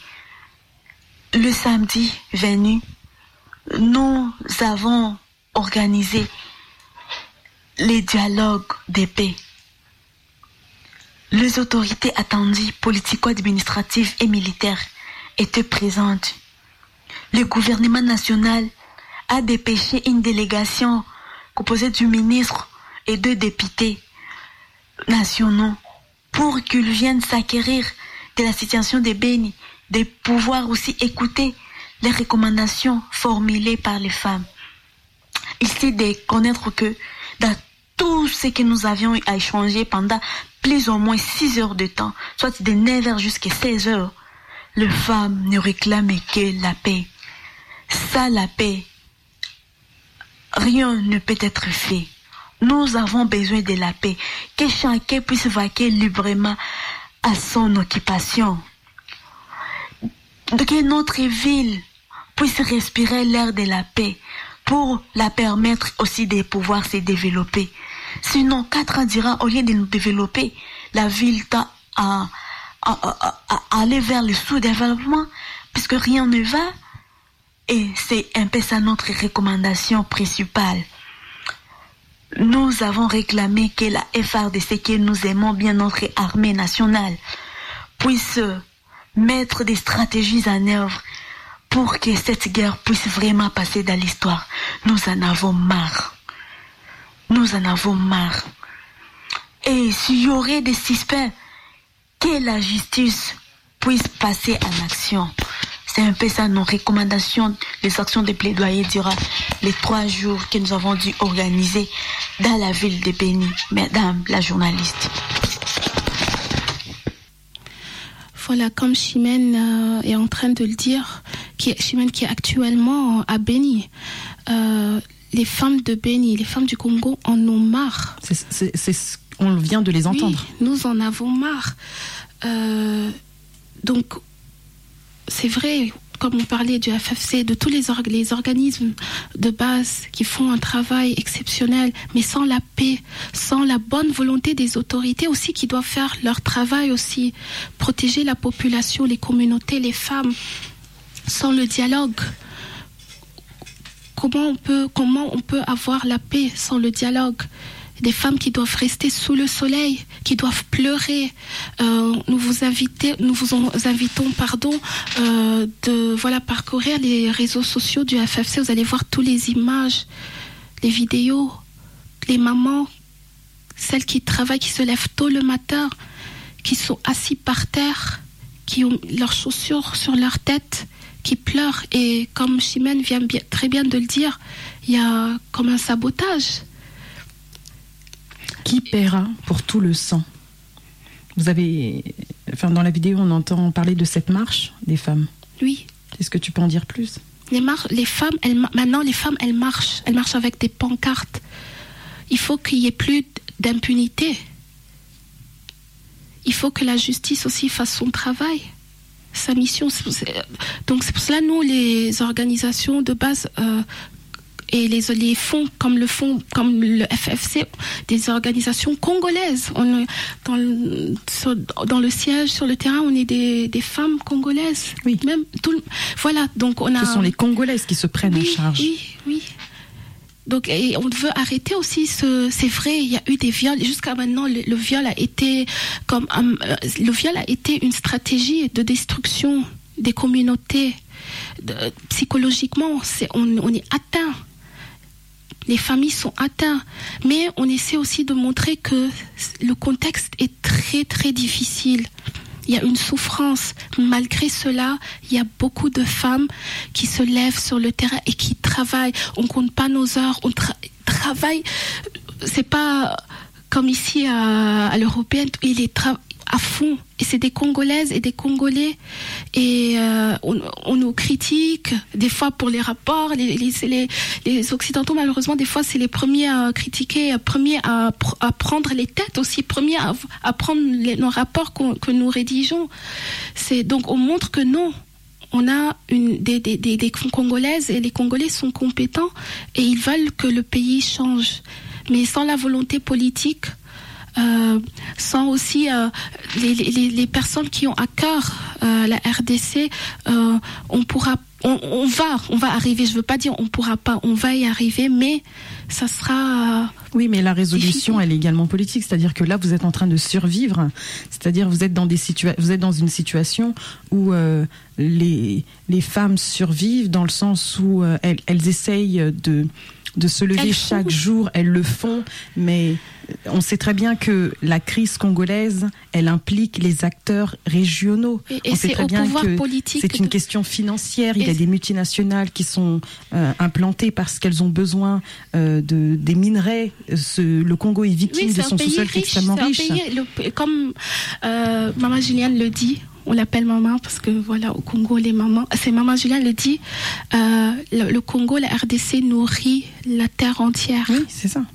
Le samedi venu, nous avons organisé les dialogues de paix. Les autorités attendues, politico-administratives et militaires, étaient présentes. Le gouvernement national a dépêché une délégation composée du ministre et deux députés nationaux pour qu'ils viennent s'acquérir de la situation de Beni, de pouvoir aussi écouter les recommandations formulées par les femmes. Ici, de connaître que dans tout ce que nous avions à échanger pendant plus ou moins six heures de temps, soit de neuf heures jusqu'à seize heures, les femmes ne réclament que la paix. Sans la paix, rien ne peut être fait. Nous avons besoin de la paix, que chacun puisse vaquer librement à son occupation, que notre ville puisse respirer l'air de la paix pour la permettre aussi de pouvoir se développer. Sinon, quatre ans durant, au lieu de nous développer, la ville tend à, à, à, à aller vers le sous-développement, puisque rien ne va. Et c'est un peu ça notre recommandation principale. Nous avons réclamé que la F R D C, que nous aimons bien notre armée nationale, puisse mettre des stratégies en œuvre pour que cette guerre puisse vraiment passer dans l'histoire. Nous en avons marre. Nous en avons marre. Et s'il y aurait des suspects, que la justice puisse passer en action. C'est un peu ça nos recommandations, les actions de plaidoyer durant les trois jours que nous avons dû organiser dans la ville de Beni, Madame la journaliste. Voilà, comme Chimène euh, est en train de le dire, qui est, Chimène qui est actuellement à Beni, euh, les femmes de Beni, les femmes du Congo en ont marre. C'est, c'est, c'est, on vient de les entendre. Oui, nous en avons marre. Euh, donc, c'est vrai, comme on parlait du F F C, de tous les, org- les organismes de base qui font un travail exceptionnel, mais sans la paix, sans la bonne volonté des autorités aussi qui doivent faire leur travail aussi, protéger la population, les communautés, les femmes, sans le dialogue. Comment on peut, comment on peut avoir la paix sans le dialogue? Des femmes qui doivent rester sous le soleil, qui doivent pleurer. Euh, nous vous invitons, nous vous invitons, pardon, euh, de voilà parcourir les réseaux sociaux du F F C. Vous allez voir toutes les images, les vidéos, les mamans, celles qui travaillent, qui se lèvent tôt le matin, qui sont assis par terre, qui ont leurs chaussures sur leur tête, qui pleurent. Et comme Chimène vient bien, très bien de le dire, il y a comme un sabotage. Qui paiera pour tout le sang? Vous avez, enfin, dans la vidéo, on entend parler de cette marche des femmes. Oui. Est-ce que tu peux en dire plus? Les marches, les femmes, elles, maintenant, les femmes, elles marchent. Elles marchent avec des pancartes. Il faut qu'il y ait plus d'impunité. Il faut que la justice aussi fasse son travail, sa mission. Donc c'est pour cela, nous, les organisations de base euh, et les, les fonds comme le fonds, comme le F F C, des organisations congolaises. On, dans, le, sur, dans le siège, sur le terrain, on est des, des femmes congolaises. Oui. Même tout le, voilà. Donc on a. Ce sont les Congolaises qui se prennent oui, en charge. Oui, oui. Donc, et on veut arrêter aussi ce. C'est vrai, il y a eu des viols. Jusqu'à maintenant, le, le viol a été comme um, le viol a été une stratégie de destruction des communautés. De, psychologiquement, c'est on, on est atteint. Les familles sont atteintes, mais on essaie aussi de montrer que le contexte est très très difficile. Il y a une souffrance. Malgré cela, il y a beaucoup de femmes qui se lèvent sur le terrain et qui travaillent. On compte pas nos heures, on tra- travaille. C'est pas comme ici à, à l'européenne, il est tra- à fond. Et c'est des Congolaises et des Congolais. Et euh, on, on nous critique, des fois pour les rapports. Les, les, les, les Occidentaux, malheureusement, des fois, c'est les premiers à critiquer, premiers à, à prendre les têtes aussi, premiers à, à prendre les, nos rapports que nous rédigeons. C'est, donc, on montre que non. On a une, des, des, des, des Congolaises et les Congolais sont compétents et ils veulent que le pays change. Mais sans la volonté politique, Euh, sans aussi euh, les, les, les personnes qui ont à cœur euh, la R D C, euh, on pourra, on, on va, on va arriver. Je veux pas dire on pourra pas, on va y arriver, mais ça sera. Euh, oui, mais la résolution, difficile. Elle est également politique, c'est-à-dire que là, vous êtes en train de survivre, c'est-à-dire vous êtes dans des situa- vous êtes dans une situation où euh, les les femmes survivent dans le sens où euh, elles, elles essayent de de se lever chaque jour, elles le font, mais on sait très bien que la crise congolaise, elle implique les acteurs régionaux. Et, et on sait très bien que c'est une de... question financière. Il et y a des multinationales qui sont euh, implantées parce qu'elles ont besoin euh, de des minerais. Ce, le Congo est victime oui, de son sous-sol qui est extrêmement c'est riche. Un pays, le, comme euh, Maman Juliane le dit. On l'appelle maman parce que voilà, au Congo, les mamans, c'est Maman Juliane le dit, euh, le, le Congo, la R D C nourrit la terre entière. Oui, c'est ça.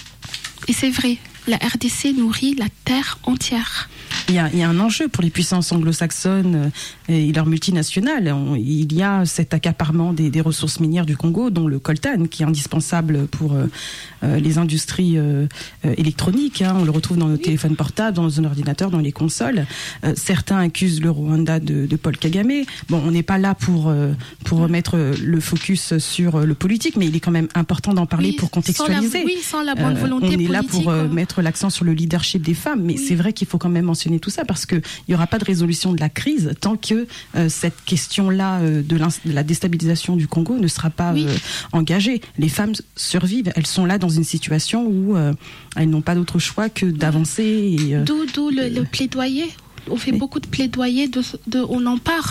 Et c'est vrai, la R D C nourrit la terre entière. Il y a, il y a un enjeu pour les puissances anglo-saxonnes et leurs multinationales. On, il y a cet accaparement des, des ressources minières du Congo, dont le coltan, qui est indispensable pour euh, euh, les industries euh, euh, électroniques. Hein. On le retrouve dans nos oui. téléphones portables, dans nos ordinateurs, dans les consoles. Euh, certains accusent le Rwanda de, de Paul Kagame. Bon, on n'est pas là pour, euh, pour remettre le focus sur le politique, mais il est quand même important d'en parler oui, pour contextualiser. Sans la, oui, sans la bonne volonté euh, on politique. est là pour euh, mettre l'accent sur le leadership des femmes, mais oui. c'est vrai qu'il faut quand même mentionner tout ça parce qu'il n'y aura pas de résolution de la crise tant que euh, cette question-là euh, de, de la déstabilisation du Congo ne sera pas oui. euh, engagée. Les femmes survivent, elles sont là dans une situation où euh, elles n'ont pas d'autre choix que d'avancer. Et, euh, d'où, d'où le, le plaidoyer. On fait oui. beaucoup de plaidoyer, de, de, on en parle.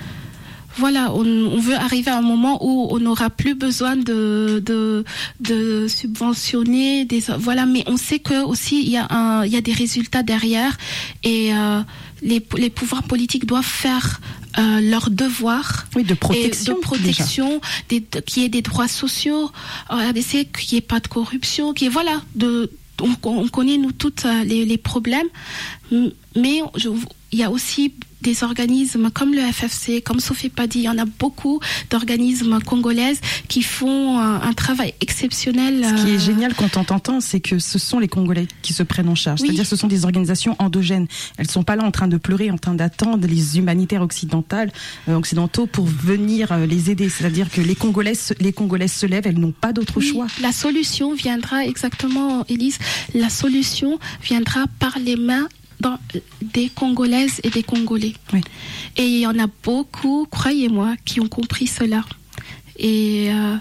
Voilà, on, on veut arriver à un moment où on n'aura plus besoin de, de, de subventionner des, voilà, mais on sait que aussi il y a un, il y a des résultats derrière et euh, les, les pouvoirs politiques doivent faire euh, leur devoir. Oui, de protection. Et de protection, des, de, qu'il y ait des droits sociaux, R D C, qu'il n'y ait pas de corruption, qu'il y ait, voilà, de, on, on connaît nous toutes les, les problèmes, mais je, il y a aussi des organismes comme le F F C, comme Sophie Padi, il y en a beaucoup d'organismes congolaises qui font un, un travail exceptionnel. Ce qui est euh... génial quand on t'entend, c'est que ce sont les Congolais qui se prennent en charge. Oui. C'est-à-dire que ce sont des organisations endogènes. Elles ne sont pas là en train de pleurer, en train d'attendre les humanitaires occidentales, euh, occidentaux pour venir euh, les aider. C'est-à-dire que les Congolais, les Congolaises se lèvent, elles n'ont pas d'autre oui, choix. La solution viendra exactement, Élise, la solution viendra par les mains dans des Congolaises et des Congolais. Oui. Et il y en a beaucoup, croyez-moi, qui ont compris cela. Et euh,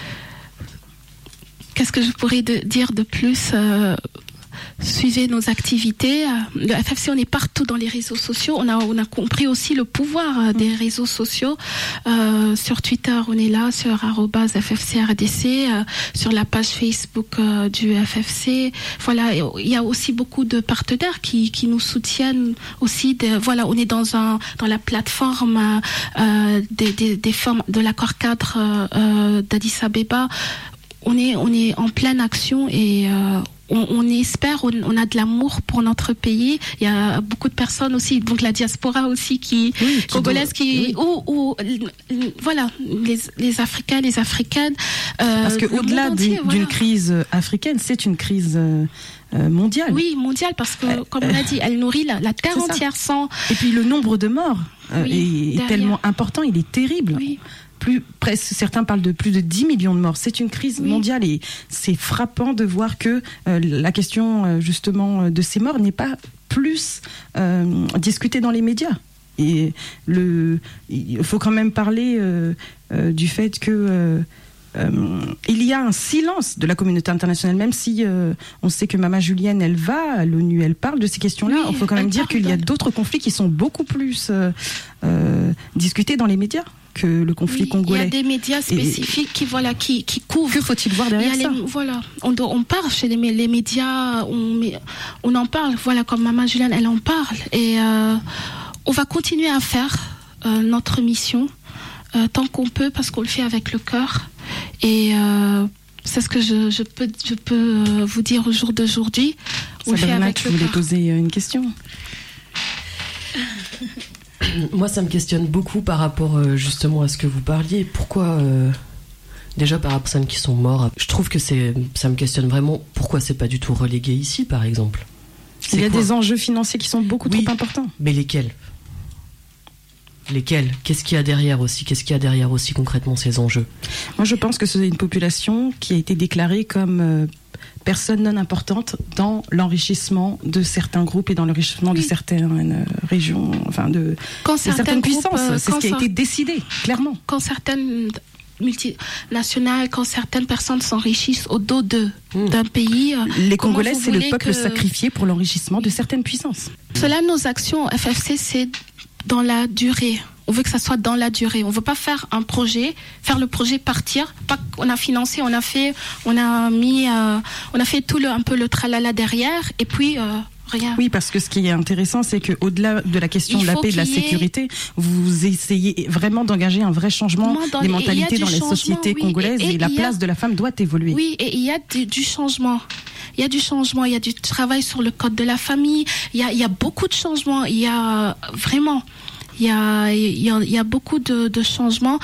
qu'est-ce que je pourrais de, dire de plus euh, Suivez nos activités. Le F F C, on est partout dans les réseaux sociaux. On a, on a compris aussi le pouvoir des réseaux sociaux. Euh, sur Twitter, on est là, sur arobase F F C R D C, euh, sur la page Facebook euh, du F F C. Voilà, il y a aussi beaucoup de partenaires qui, qui nous soutiennent aussi. De, voilà, on est dans un, dans la plateforme euh, des, des, des femmes de l'accord cadre euh, d'Addis Abeba. On est, on est en pleine action et euh, On, on espère, on, on a de l'amour pour notre pays. Il y a beaucoup de personnes aussi, donc la diaspora aussi, qui, oui, qui congolaise, doit, qui, oui. ou, ou, voilà, les, les Africains, les Africaines. Euh, Parce qu'au-delà d'une, voilà. d'une crise africaine, c'est une crise euh, mondiale. Oui, mondiale, parce que, euh, comme on a dit, elle nourrit la, la terre entière sans. Et puis le nombre de morts euh, oui, est, est tellement important, il est terrible. Oui. Plus, presque, certains parlent de plus de dix millions de morts. C'est une crise oui. mondiale et c'est frappant de voir que euh, la question euh, justement de ces morts n'est pas plus euh, discutée dans les médias. Et le, il faut quand même parler euh, euh, du fait que euh, euh, il y a un silence de la communauté internationale, même si euh, on sait que Mama Julienne, elle va à l'ONU, elle parle de ces questions-là. Oui, il faut quand même dire qu'il y a d'autres conflits qui sont beaucoup plus euh, euh, discutés dans les médias que le conflit oui, congolais. Il y a des médias spécifiques et, qui, voilà, qui, qui couvrent. Que faut-il voir derrière ça les, voilà, on, on parle chez les, les médias, on, on en parle, voilà, comme Maman Julienne, elle en parle. Et euh, on va continuer à faire euh, notre mission euh, tant qu'on peut, parce qu'on le fait avec le cœur. Et euh, c'est ce que je, je peux, je peux vous dire au jour d'aujourd'hui. On Sabrina, le fait avec tu le voulais cœur. Poser une question. Moi, ça me questionne beaucoup par rapport euh, justement à ce que vous parliez. Pourquoi, euh, déjà par rapport aux personnes qui sont mortes, je trouve que c'est, ça me questionne vraiment. Pourquoi c'est pas du tout relégué ici, par exemple ? C'est Il y a quoi des enjeux financiers qui sont beaucoup oui, trop importants. Mais lesquels ? Lesquels ? Qu'est-ce qu'il y a derrière aussi ? Qu'est-ce qu'il y a derrière aussi concrètement ces enjeux ? Moi, je pense que c'est une population qui a été déclarée comme euh, personne non importante dans l'enrichissement de certains groupes et dans l'enrichissement oui. de certaines euh, régions, enfin de, de certaines puissances. Euh, c'est ce qui a été décidé, clairement. Quand, quand certaines multinationales, quand certaines personnes s'enrichissent au dos de, mmh. d'un pays... Euh, Les Congolais, c'est le peuple que... sacrifié pour l'enrichissement de certaines puissances. Cela, nos actions F F C, c'est dans la durée. On veut que ça soit dans la durée. On veut pas faire un projet, faire le projet partir. Pas qu'on a financé, on a fait, on a mis, euh, on a fait tout le, un peu le tralala derrière, et puis euh, rien. Oui, parce que ce qui est intéressant, c'est que au-delà de la question Il de la paix et de la sécurité, ait... vous essayez vraiment d'engager un vrai changement dans, des mentalités dans les sociétés oui, congolaises, et, et, et la place a... de la femme doit évoluer. Oui, et il y a du, du changement. Il y a du changement, il y a du travail sur le code de la famille, il y a, il y a beaucoup de changements, il y a vraiment, il y a, il y a, il y a beaucoup de, de changements.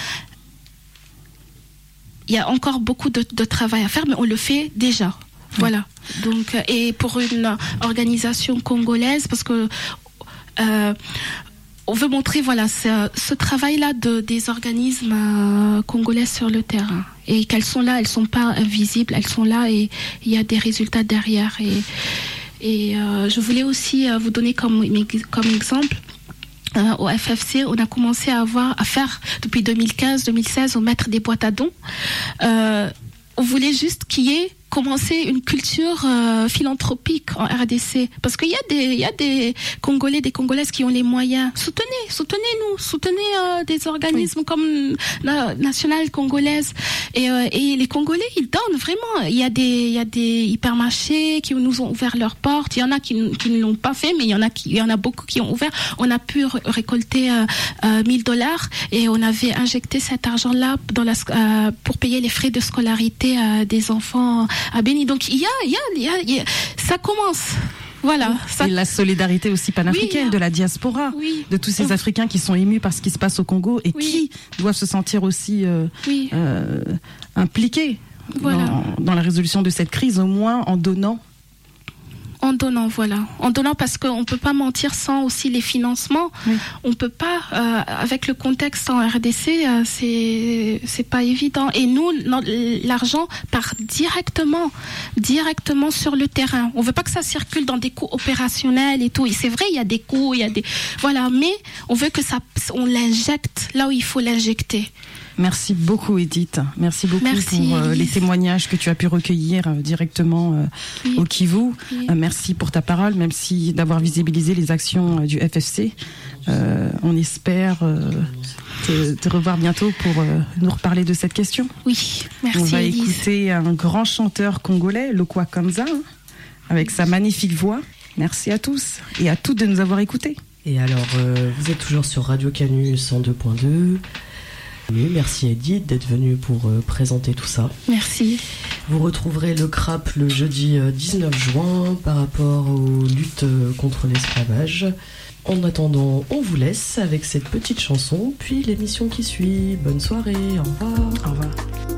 Il y a encore beaucoup de, de travail à faire, mais on le fait déjà. Oui. Voilà. Donc, et pour une organisation congolaise, parce que euh, on veut montrer, voilà, ce, ce travail-là de, des organismes euh, congolais sur le terrain. Et qu'elles sont là, elles ne sont pas invisibles, elles sont là et il y a des résultats derrière. Et, et euh, je voulais aussi euh, vous donner comme, comme exemple, euh, au F F C, on a commencé à, avoir, à faire, depuis deux mille quinze deux mille seize, on mettre des boîtes à dons. Euh, on voulait juste qu'il y ait commencer une culture euh, philanthropique en R D C, parce qu'il y a des il y a des Congolais, des Congolaises qui ont les moyens. Soutenez, soutenez-nous, soutenez euh, des organismes oui. comme la Nationale Congolaise et euh, et les Congolais ils donnent vraiment. Il y a des il y a des hypermarchés qui nous ont ouvert leurs portes. Il y en a qui qui ne l'ont pas fait, mais il y en a qui il y en a beaucoup qui ont ouvert. On a pu r- récolter euh, euh, mille dollars et on avait injecté cet argent-là dans la euh, pour payer les frais de scolarité euh, des enfants à Béni. Donc il y a, il y a, il y a, il y a ça commence. Voilà. Ça... Et la solidarité aussi panafricaine, oui, de la diaspora, oui, de tous ces on... Africains qui sont émus par ce qui se passe au Congo et oui, qui doivent se sentir aussi euh, oui, euh, impliqués, voilà, dans, dans la résolution de cette crise, au moins en donnant. En donnant, voilà. En donnant, parce qu'on ne peut pas mentir sans aussi les financements. Oui. On ne peut pas, euh, avec le contexte en R D C, euh, c'est, c'est pas évident. Et nous, l'argent part directement, directement sur le terrain. On ne veut pas que ça circule dans des coûts opérationnels et tout. Et c'est vrai, il y a des coûts, il y a des, voilà. Mais on veut que ça, on l'injecte là où il faut l'injecter. Merci beaucoup Edith, merci beaucoup merci, pour euh, les témoignages que tu as pu recueillir euh, directement euh, oui, au Kivu. Oui. Euh, merci pour ta parole, même si d'avoir visibilisé les actions euh, du F F C. Euh, on espère euh, te, te revoir bientôt pour euh, nous reparler de cette question. Oui, merci. On va Elise. écouter un grand chanteur congolais, Lokwa Kanza, avec sa magnifique voix. Merci à tous et à toutes de nous avoir écoutés. Et alors, euh, vous êtes toujours sur Radio Canu cent deux point deux. Merci Edith d'être venue pour euh, présenter tout ça. Merci. Vous retrouverez le C R A P le jeudi euh, dix-neuf juin par rapport aux luttes euh, contre l'esclavage. En attendant, on vous laisse avec cette petite chanson, puis l'émission qui suit. Bonne soirée, au revoir. Au revoir.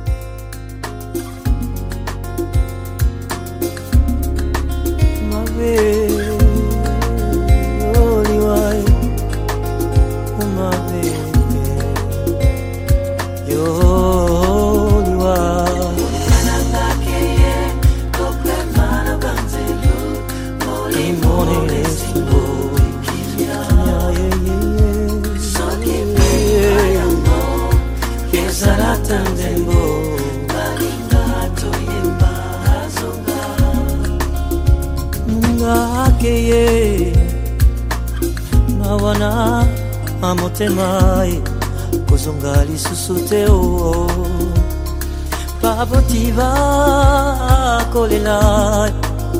Mawana amotemae kozonga lisusu te o babotiva kolela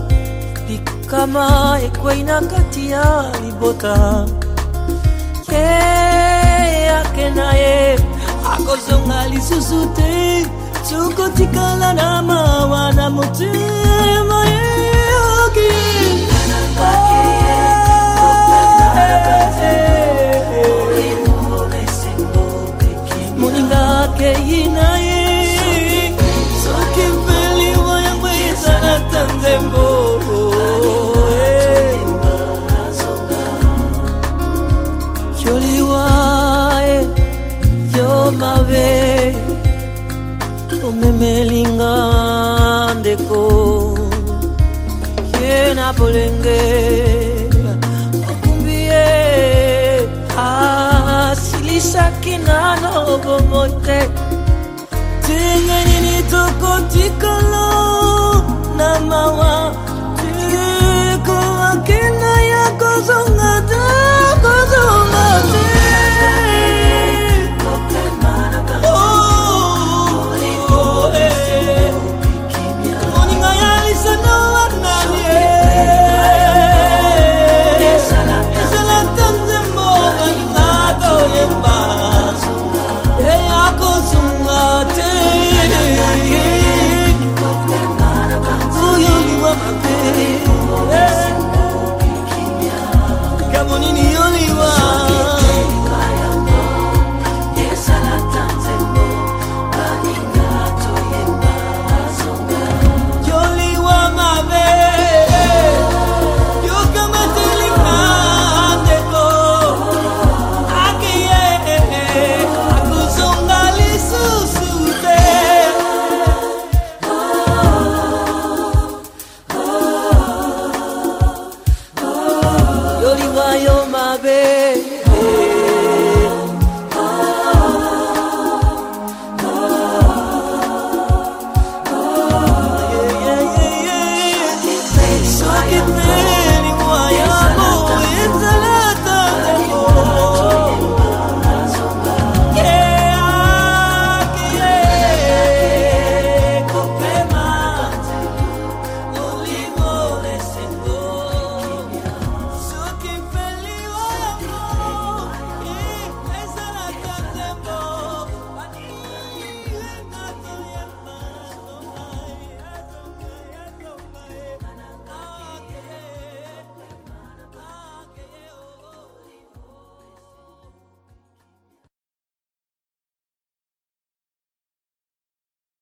pikama ekwaina kati ya libota ke akenaye akozonga lisusu te tukotikala na mawana motema yoki Moninga ke inaye soki veli waya mweza na tanzembo Yoli wae yo mave omemelinga ndeko yena polenge Silisaki na no bomote Tenga nini toko tika